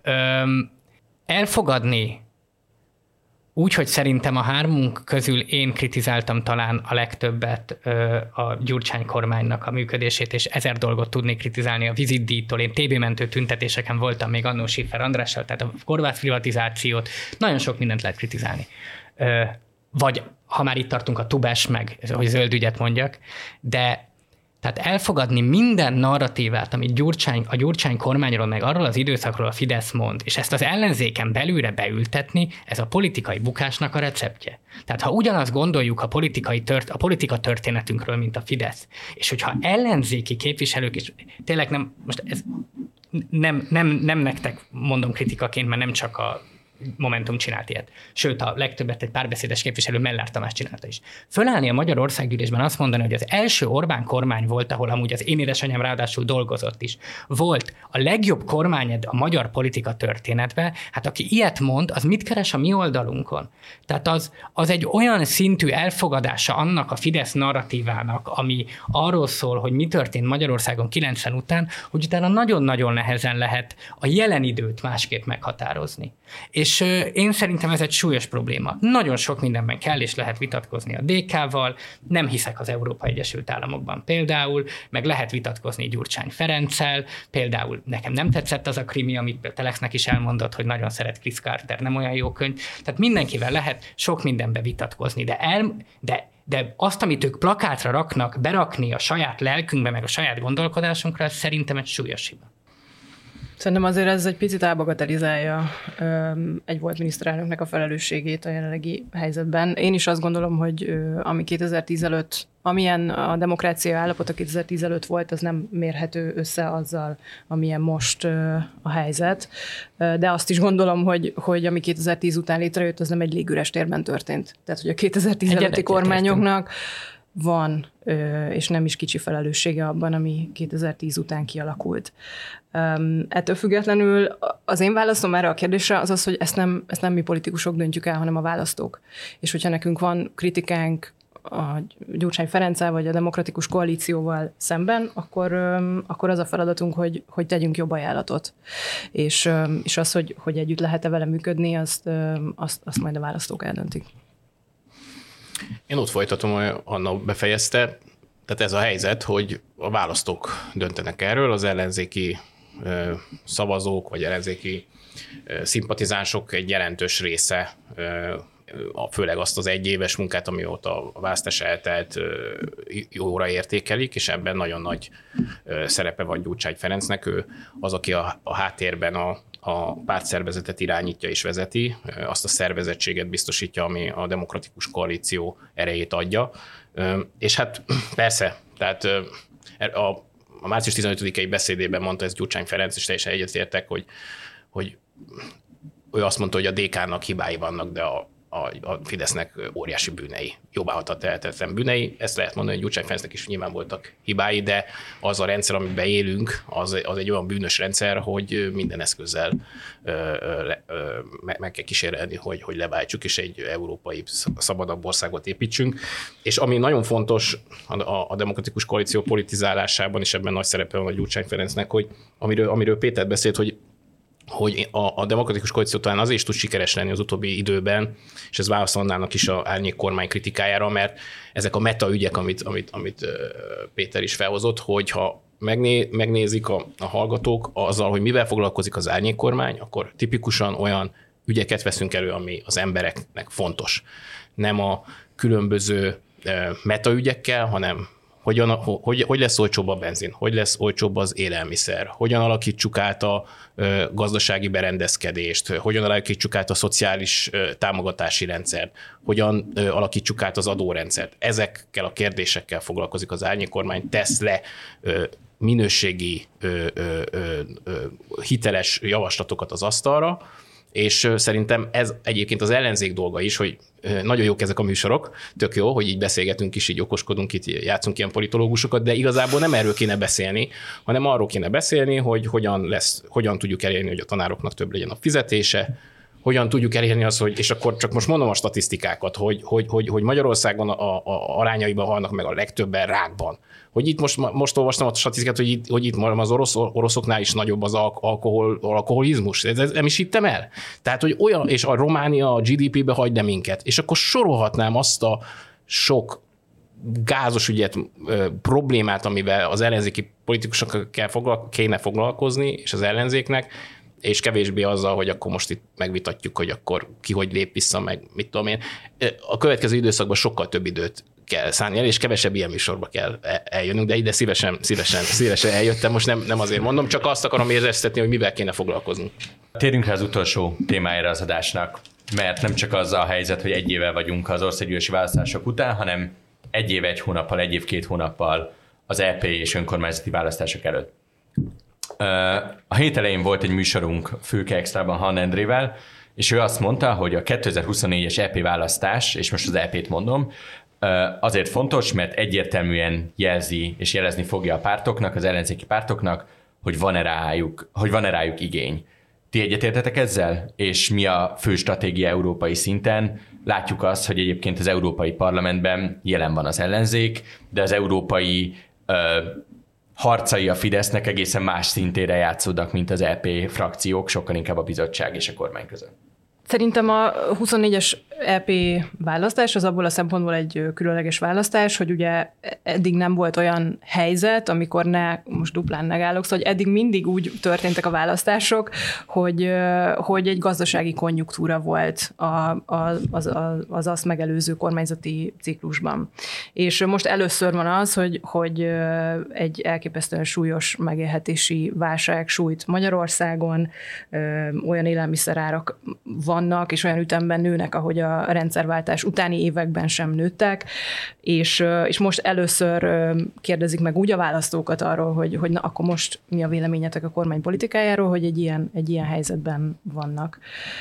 Elfogadni úgy, hogy szerintem a hármunk közül én kritizáltam talán a legtöbbet a Gyurcsány kormánynak a működését, és 1000 dolgot tudnék kritizálni a vizitdíjtól. Én TB-mentő tüntetéseken voltam még annó Schiffer Andrással, tehát a Horváth privatizációt, nagyon sok mindent lehet kritizálni. Vagy ha már itt tartunk, a Tubes meg, hogy zöld ügyet mondjak, de tehát elfogadni minden narratívát, amit a Gyurcsány kormányról, meg arról az időszakról a Fidesz mond, és ezt az ellenzéken belülre beültetni, ez a politikai bukásnak a receptje. Tehát ha ugyanazt gondoljuk a politika történetünkről, mint a Fidesz, és hogyha ellenzéki képviselők, és tényleg nem, most ez nem nektek mondom kritikaként, mert nem csak a Momentum csinált ilyet. Sőt, a legtöbbet egy párbeszédes képviselő Mellár Tamás csinálta is. Fölállni a Magyar Országgyűlésben azt mondani, hogy az első Orbán kormány volt, ahol amúgy az én édesanyám ráadásul dolgozott is, volt a legjobb kormány a magyar politika történetben, hát aki ilyet mond, az mit keres a mi oldalunkon? Tehát az egy olyan szintű elfogadása annak a Fidesz narratívának, ami arról szól, hogy mi történt Magyarországon 90 után, hogy utána nagyon-nagyon nehezen lehet a jelen időt másképp meghatározni. És én szerintem ez egy súlyos probléma. Nagyon sok mindenben kell és lehet vitatkozni a DK-val, nem hiszek az Európai Egyesült Államokban például, meg lehet vitatkozni Gyurcsány Ferenccel, például nekem nem tetszett az a krimi, amit Telexnek is elmondott, hogy nagyon szeret Chris Carter, nem olyan jó könyv. Tehát mindenkivel lehet sok mindenbe vitatkozni, de azt, amit ők plakátra raknak, berakni a saját lelkünkbe, meg a saját gondolkodásunkra, ez szerintem egy súlyos hiba. Szerintem azért ez egy picit elbagatelizálja egy volt miniszterelnöknek a felelősségét a jelenlegi helyzetben. Én is azt gondolom, hogy ami 2010 előtt, amilyen a demokrácia állapota 2010 előtt volt, az nem mérhető össze azzal, amilyen most a helyzet. De azt is gondolom, hogy ami 2010 után létrejött, az nem egy légüres térben történt. Tehát, hogy a 2010 előtti kormányoknak van, és nem is kicsi felelőssége abban, ami 2010 után kialakult. Ettől függetlenül az én válaszom erre a kérdésre az az, hogy ezt nem mi politikusok döntjük el, hanem a választók. És hogyha nekünk van kritikánk a Gyurcsány Ferenccel vagy a Demokratikus Koalícióval szemben, akkor az a feladatunk, hogy tegyünk jobb ajánlatot. És az, hogy együtt lehet-e vele működni, azt majd a választók eldöntik. Én ott folytatom, hogy Anna befejezte. Tehát ez a helyzet, hogy a választók döntenek erről, az ellenzéki szavazók vagy ellenzéki szimpatizánsok egy jelentős része, főleg azt az egyéves munkát, amióta a választás eltelt, jóra értékelik, és ebben nagyon nagy szerepe van Gyurcsány Ferencnek. Ő az, aki a háttérben a pártszervezetet irányítja és vezeti, azt a szervezettséget biztosítja, ami a Demokratikus Koalíció erejét adja. És hát persze, tehát a március 15-i beszédében mondta ezt Gyurcsány Ferenc, és teljesen egyetértek, hogy ő azt mondta, hogy a DK-nak hibái vannak, de a Fidesznek óriási bűnei, jobbáhatott tehetetlen bűnei. Ezt lehet mondani, hogy Gyurcsány Ferencnek is nyilván voltak hibái, de az a rendszer, amiben élünk, az egy olyan bűnös rendszer, hogy minden eszközzel meg kell kísérelni, hogy leváltsuk, és egy európai szabadabb országot építsünk. És ami nagyon fontos a Demokratikus Koalíció politizálásában, és ebben nagy szerepe van a Gyurcsány Ferencnek, hogy amiről Péter beszélt, hogy hogy a demokratikus koalíció talán azért is tud sikeres lenni az utóbbi időben, és ez válaszolnának is a árnyék kormány kritikájára, mert ezek a meta ügyek, amit Péter is felhozott, hogyha megnézik a hallgatók azzal, hogy mivel foglalkozik az árnyék kormány, akkor tipikusan olyan ügyeket veszünk elő, ami az embereknek fontos. Nem a különböző metaügyekkel, hanem hogy lesz olcsóbb a benzin, hogy lesz olcsóbb az élelmiszer, hogyan alakítsuk át a gazdasági berendezkedést, hogyan alakítsuk át a szociális támogatási rendszert, hogyan alakítsuk át az adórendszert. Ezekkel a kérdésekkel foglalkozik az árnyékkormány, tesz le minőségi, hiteles javaslatokat az asztalra, és szerintem ez egyébként az ellenzék dolga is, hogy nagyon jók ezek a műsorok, tök jó, hogy így beszélgetünk is, így okoskodunk, itt játszunk ilyen politológusokat, de igazából nem erről kéne beszélni, hanem arról kéne beszélni, hogy hogyan tudjuk elérni, hogy a tanároknak több legyen a fizetése, hogyan tudjuk elérni azt, hogy, és akkor csak most mondom a statisztikákat, hogy Magyarországon a arányaiban halnak meg a legtöbben rákban. Hogy itt most olvastam a statisztikát, hogy itt az oroszoknál is nagyobb az alkoholizmus. Ez nem is hittem el. Tehát, hogy olyan, és a Románia a GDP-be hagy nem minket. És akkor sorolhatnám azt a sok gázos ügyet, problémát, amivel az ellenzéki politikusok kéne foglalkozni, és az ellenzéknek, és kevésbé azzal, hogy akkor most itt megvitatjuk, hogy akkor ki hogy lép vissza, meg mit tudom én. A következő időszakban sokkal több időt kell szállni el, és kevesebb ilyen műsorba kell eljönnünk, de ide szívesen eljöttem, most nem azért mondom, csak azt akarom érzesztetni, hogy mivel kéne foglalkoznunk. Térjünk rá az utolsó témájára az adásnak, mert nem csak az a helyzet, hogy egy évvel vagyunk az országgyűlési választások után, hanem egy év, egy hónappal, egy év, 2 hónappal az EP és önkormányzati választások előtt. A hét elején volt egy műsorunk Fülke Extrában Hann Endrével, és ő azt mondta, hogy a 2024-es EP választás, és most az EP-t mondom, azért fontos, mert egyértelműen jelzi és jelezni fogja a pártoknak, az ellenzéki pártoknak, hogy van-e rájuk igény. Ti egyetértetek ezzel? És mi a fő stratégia európai szinten? Látjuk azt, hogy egyébként az Európai Parlamentben jelen van az ellenzék, de az európai harcai a Fidesznek egészen más szintére játszódnak, mint az EP frakciók, sokkal inkább a bizottság és a kormány között. Szerintem a 24-es EP választás az abból a szempontból egy különleges választás, hogy ugye eddig nem volt olyan helyzet, amikor most duplán megállok, szóval eddig mindig úgy történtek a választások, hogy egy gazdasági konjunktúra volt az azt megelőző kormányzati ciklusban. És most először van az, hogy egy elképesztően súlyos megélhetési válság sújt Magyarországon, olyan élelmiszerárak vannak, és olyan ütemben nőnek, ahogy a rendszerváltás utáni években sem nőttek, és most először kérdezik meg úgy a választókat arról, hogy na, akkor most mi a véleményetek a kormány politikájáról, hogy egy ilyen helyzetben vannak.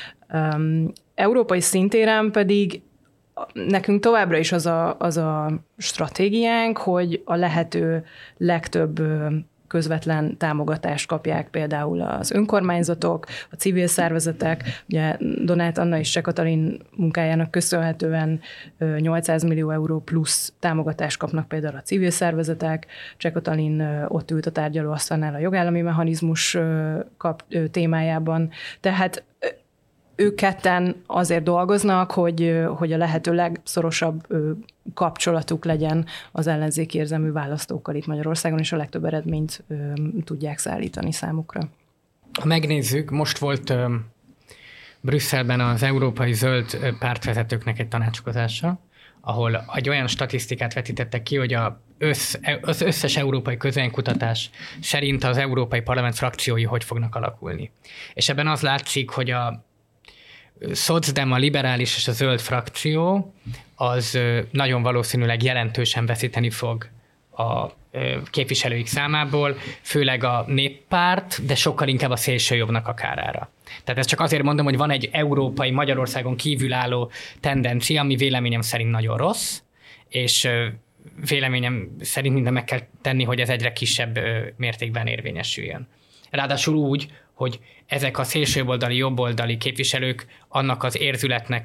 Európai szintéren pedig nekünk továbbra is az a stratégiánk, hogy a lehető legtöbb közvetlen támogatást kapják például az önkormányzatok, a civil szervezetek. Ugye Donát Anna és Cseh Katalin munkájának köszönhetően 800 millió euró plusz támogatást kapnak például a civil szervezetek. Cseh Katalin ott ült a tárgyalóasztalnál a jogállami mechanizmus témájában. Tehát ők ketten azért dolgoznak, hogy a lehető legszorosabb kapcsolatuk legyen az ellenzéki érzelmű választókkal itt Magyarországon, és a legtöbb eredményt tudják szállítani számukra. Ha megnézzük, most volt Brüsszelben az Európai Zöld pártvezetőknek egy tanácskozása, ahol egy olyan statisztikát vetítettek ki, hogy az összes európai közvéleménykutatás szerint az Európai Parlament frakciói hogy fognak alakulni. És ebben az látszik, hogy a Szocdem, a liberális és a zöld frakció az nagyon valószínűleg jelentősen veszíteni fog a képviselőik számából, főleg a néppárt, de sokkal inkább a szélsőjobbnak a kárára. Tehát ezt csak azért mondom, hogy van egy európai, Magyarországon kívülálló tendencia, ami véleményem szerint nagyon rossz, és véleményem szerint minden meg kell tenni, hogy ez egyre kisebb mértékben érvényesüljön. Ráadásul úgy, hogy ezek a szélsőjobboldali, jobboldali képviselők annak az érzületnek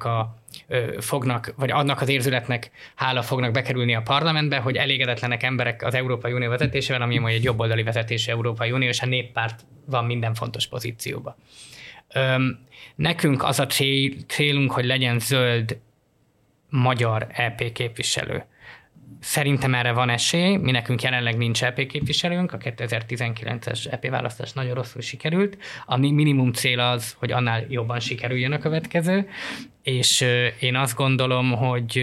annak az érzületnek hála fognak bekerülni a parlamentbe, hogy elégedetlenek emberek az Európai Unió vezetésével, ami majd egy jobboldali vezetésű Európai Unió, és a néppárt van minden fontos pozícióba. Nekünk az a célunk, hogy legyen zöld magyar EP képviselő. Szerintem erre van esély, mi nekünk jelenleg nincs EP képviselőnk, a 2019-es EP választás nagyon rosszul sikerült. A minimum cél az, hogy annál jobban sikerüljön a következő, és én azt gondolom, hogy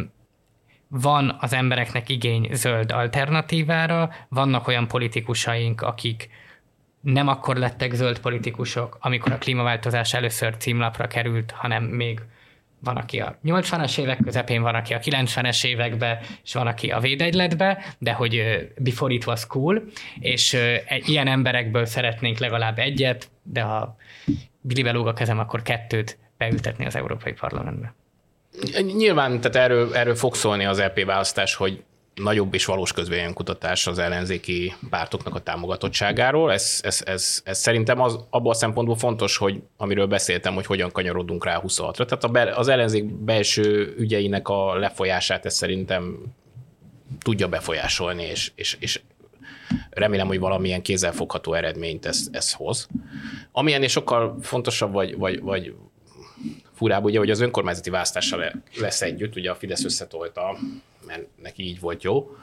van az embereknek igény zöld alternatívára, vannak olyan politikusaink, akik nem akkor lettek zöld politikusok, amikor a klímaváltozás először címlapra került, hanem még van, aki a 80-as évek közepén, van, aki a 90-es években, és van, aki a védegyletbe, de hogy before it was cool, és ilyen emberekből szeretnénk legalább egyet, de ha bilibe lóg a kezem, akkor 2 beültetni az Európai Parlamentbe. Nyilván, tehát erről fog szólni az EP választás, hogy nagyobb és valós közvéleménykutatás az ellenzéki pártoknak a támogatottságáról. Ez szerintem abban a szempontból fontos, hogy amiről beszéltem, hogy hogyan kanyarodunk rá 26-ra. Tehát az ellenzék belső ügyeinek a lefolyását ez szerintem tudja befolyásolni, és remélem, hogy valamilyen kézzelfogható eredményt ez hoz. Ami ennél sokkal fontosabb, vagy furább, ugye, hogy az önkormányzati választással lesz együtt, ugye a Fidesz összetolta, mert neki így volt jó.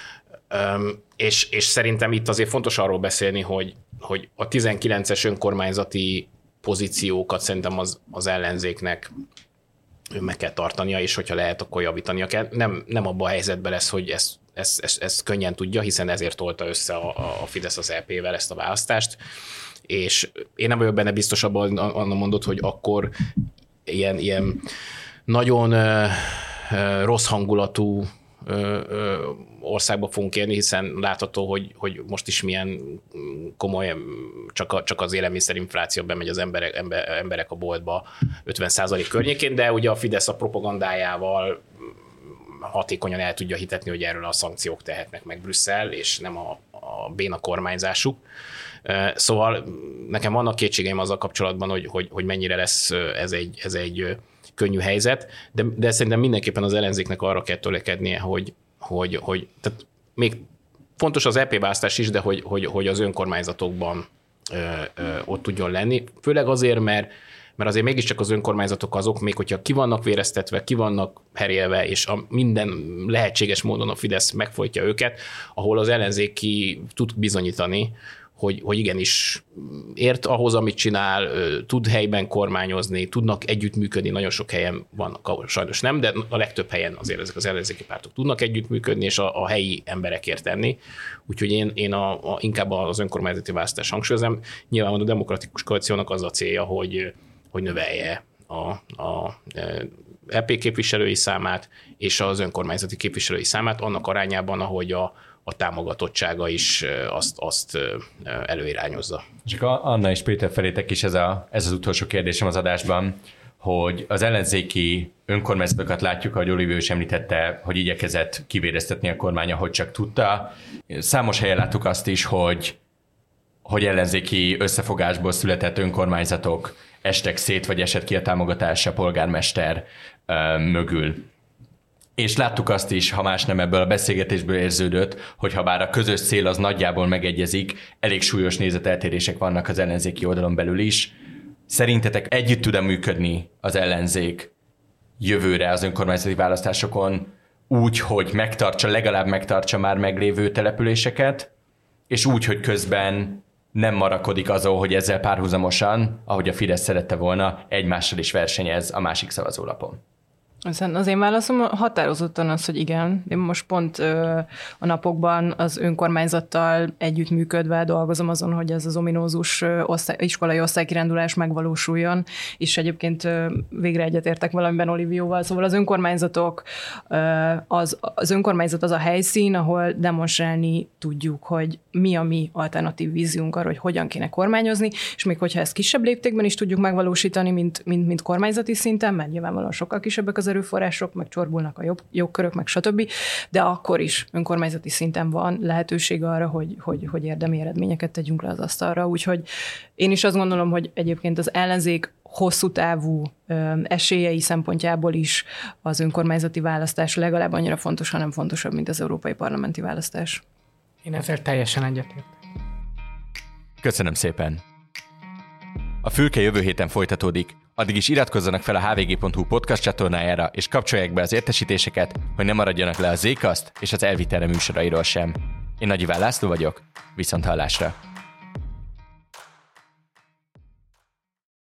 És szerintem itt azért fontos arról beszélni, hogy a 19-es önkormányzati pozíciókat szerintem az ellenzéknek meg kell tartania, és hogyha lehet, akkor javítania kell. Nem abban a helyzetben lesz, hogy ezt könnyen tudja, hiszen ezért tolta össze a Fidesz az EP-vel ezt a választást, és én nem vagyok benne biztos abban, Anna mondott, hogy akkor ilyen nagyon rossz hangulatú országba fogunk élni, hiszen látható, hogy most is milyen komoly, csak az élelmiszerinfláció bemegy az emberek a boltba 50% környékén, de ugye a Fidesz a propagandájával hatékonyan el tudja hitetni, hogy erről a szankciók tehetnek meg Brüsszel, és nem a béna kormányzásuk. Szóval nekem vannak kétségeim azzal kapcsolatban, hogy mennyire lesz ez egy könnyű helyzet, de szerintem mindenképpen az ellenzéknek arra kell törekednie, hogy tehát még fontos az EP választás is, de hogy az önkormányzatokban ott tudjon lenni. Főleg azért, mert azért mégiscsak az önkormányzatok azok, még hogyha ki vannak véreztetve, ki vannak herélve, és minden lehetséges módon a Fidesz megfojtja őket, ahol az ellenzéki tud bizonyítani, hogy igenis ért ahhoz, amit csinál, tud helyben kormányozni, tudnak együttműködni, nagyon sok helyen vannak, ahol sajnos nem, de a legtöbb helyen azért ezek az ellenzéki pártok tudnak együttműködni, és a helyi emberekért tenni. Úgyhogy én inkább az önkormányzati választás hangsúlyozom. Nyilván a demokratikus koalíciónak az a célja, hogy növelje a EP képviselői számát és az önkormányzati képviselői számát annak arányában, ahogy a támogatottsága is azt előirányozza. Csak Anna és Péter felétek is ez az utolsó kérdésem az adásban, hogy az ellenzéki önkormányzatokat látjuk, ahogy Olivia is említette, hogy igyekezett kivéreztetni a kormány, ahogy csak tudta. Számos helyen láttuk azt is, hogy ellenzéki összefogásból született önkormányzatok estek szét, vagy esett ki a támogatása a polgármester mögül. És láttuk azt is, ha más nem ebből a beszélgetésből érződött, hogy ha bár a közös cél az nagyjából megegyezik, elég súlyos nézeteltérések vannak az ellenzéki oldalon belül is. Szerintetek együtt tud-e működni az ellenzék jövőre az önkormányzati választásokon úgy, hogy legalább megtartsa már meglévő településeket, és úgy, hogy közben nem marakodik azon, hogy ezzel párhuzamosan, ahogy a Fidesz szerette volna, egymással is versenyez a másik szavazólapon? Az én válaszom határozottan az, hogy igen. Én most pont a napokban az önkormányzattal együttműködve dolgozom azon, hogy ez az ominózus iskolai osztálykirendulás megvalósuljon, és egyébként végre egyetértek valamiben Olivióval. Szóval az önkormányzatok, az önkormányzat az a helyszín, ahol demonstrálni tudjuk, hogy mi a mi alternatív víziunk arra, hogy hogyan kéne kormányozni, és még hogyha ezt kisebb léptékben is tudjuk megvalósítani, mint kormányzati szinten, mert nyilvánvalóan sokkal kisebbek az erőforrások, meg csorbulnak a jogkörök, meg stb. De akkor is önkormányzati szinten van lehetőség arra, hogy érdemi eredményeket tegyünk le az asztalra. Úgyhogy én is azt gondolom, hogy egyébként az ellenzék hosszú távú esélyei szempontjából is az önkormányzati választás legalább annyira fontos, hanem fontosabb, mint az európai parlamenti választás. Én ezzel teljesen egyetértek. Köszönöm szépen! A Fülke jövő héten folytatódik, addig is iratkozzanak fel a hvg.hu podcast csatornájára, és kapcsolják be az értesítéseket, hogy ne maradjanak le a Zcast és az Elvitelre műsorairól sem. Én Nagy Iván László vagyok, viszont hallásra!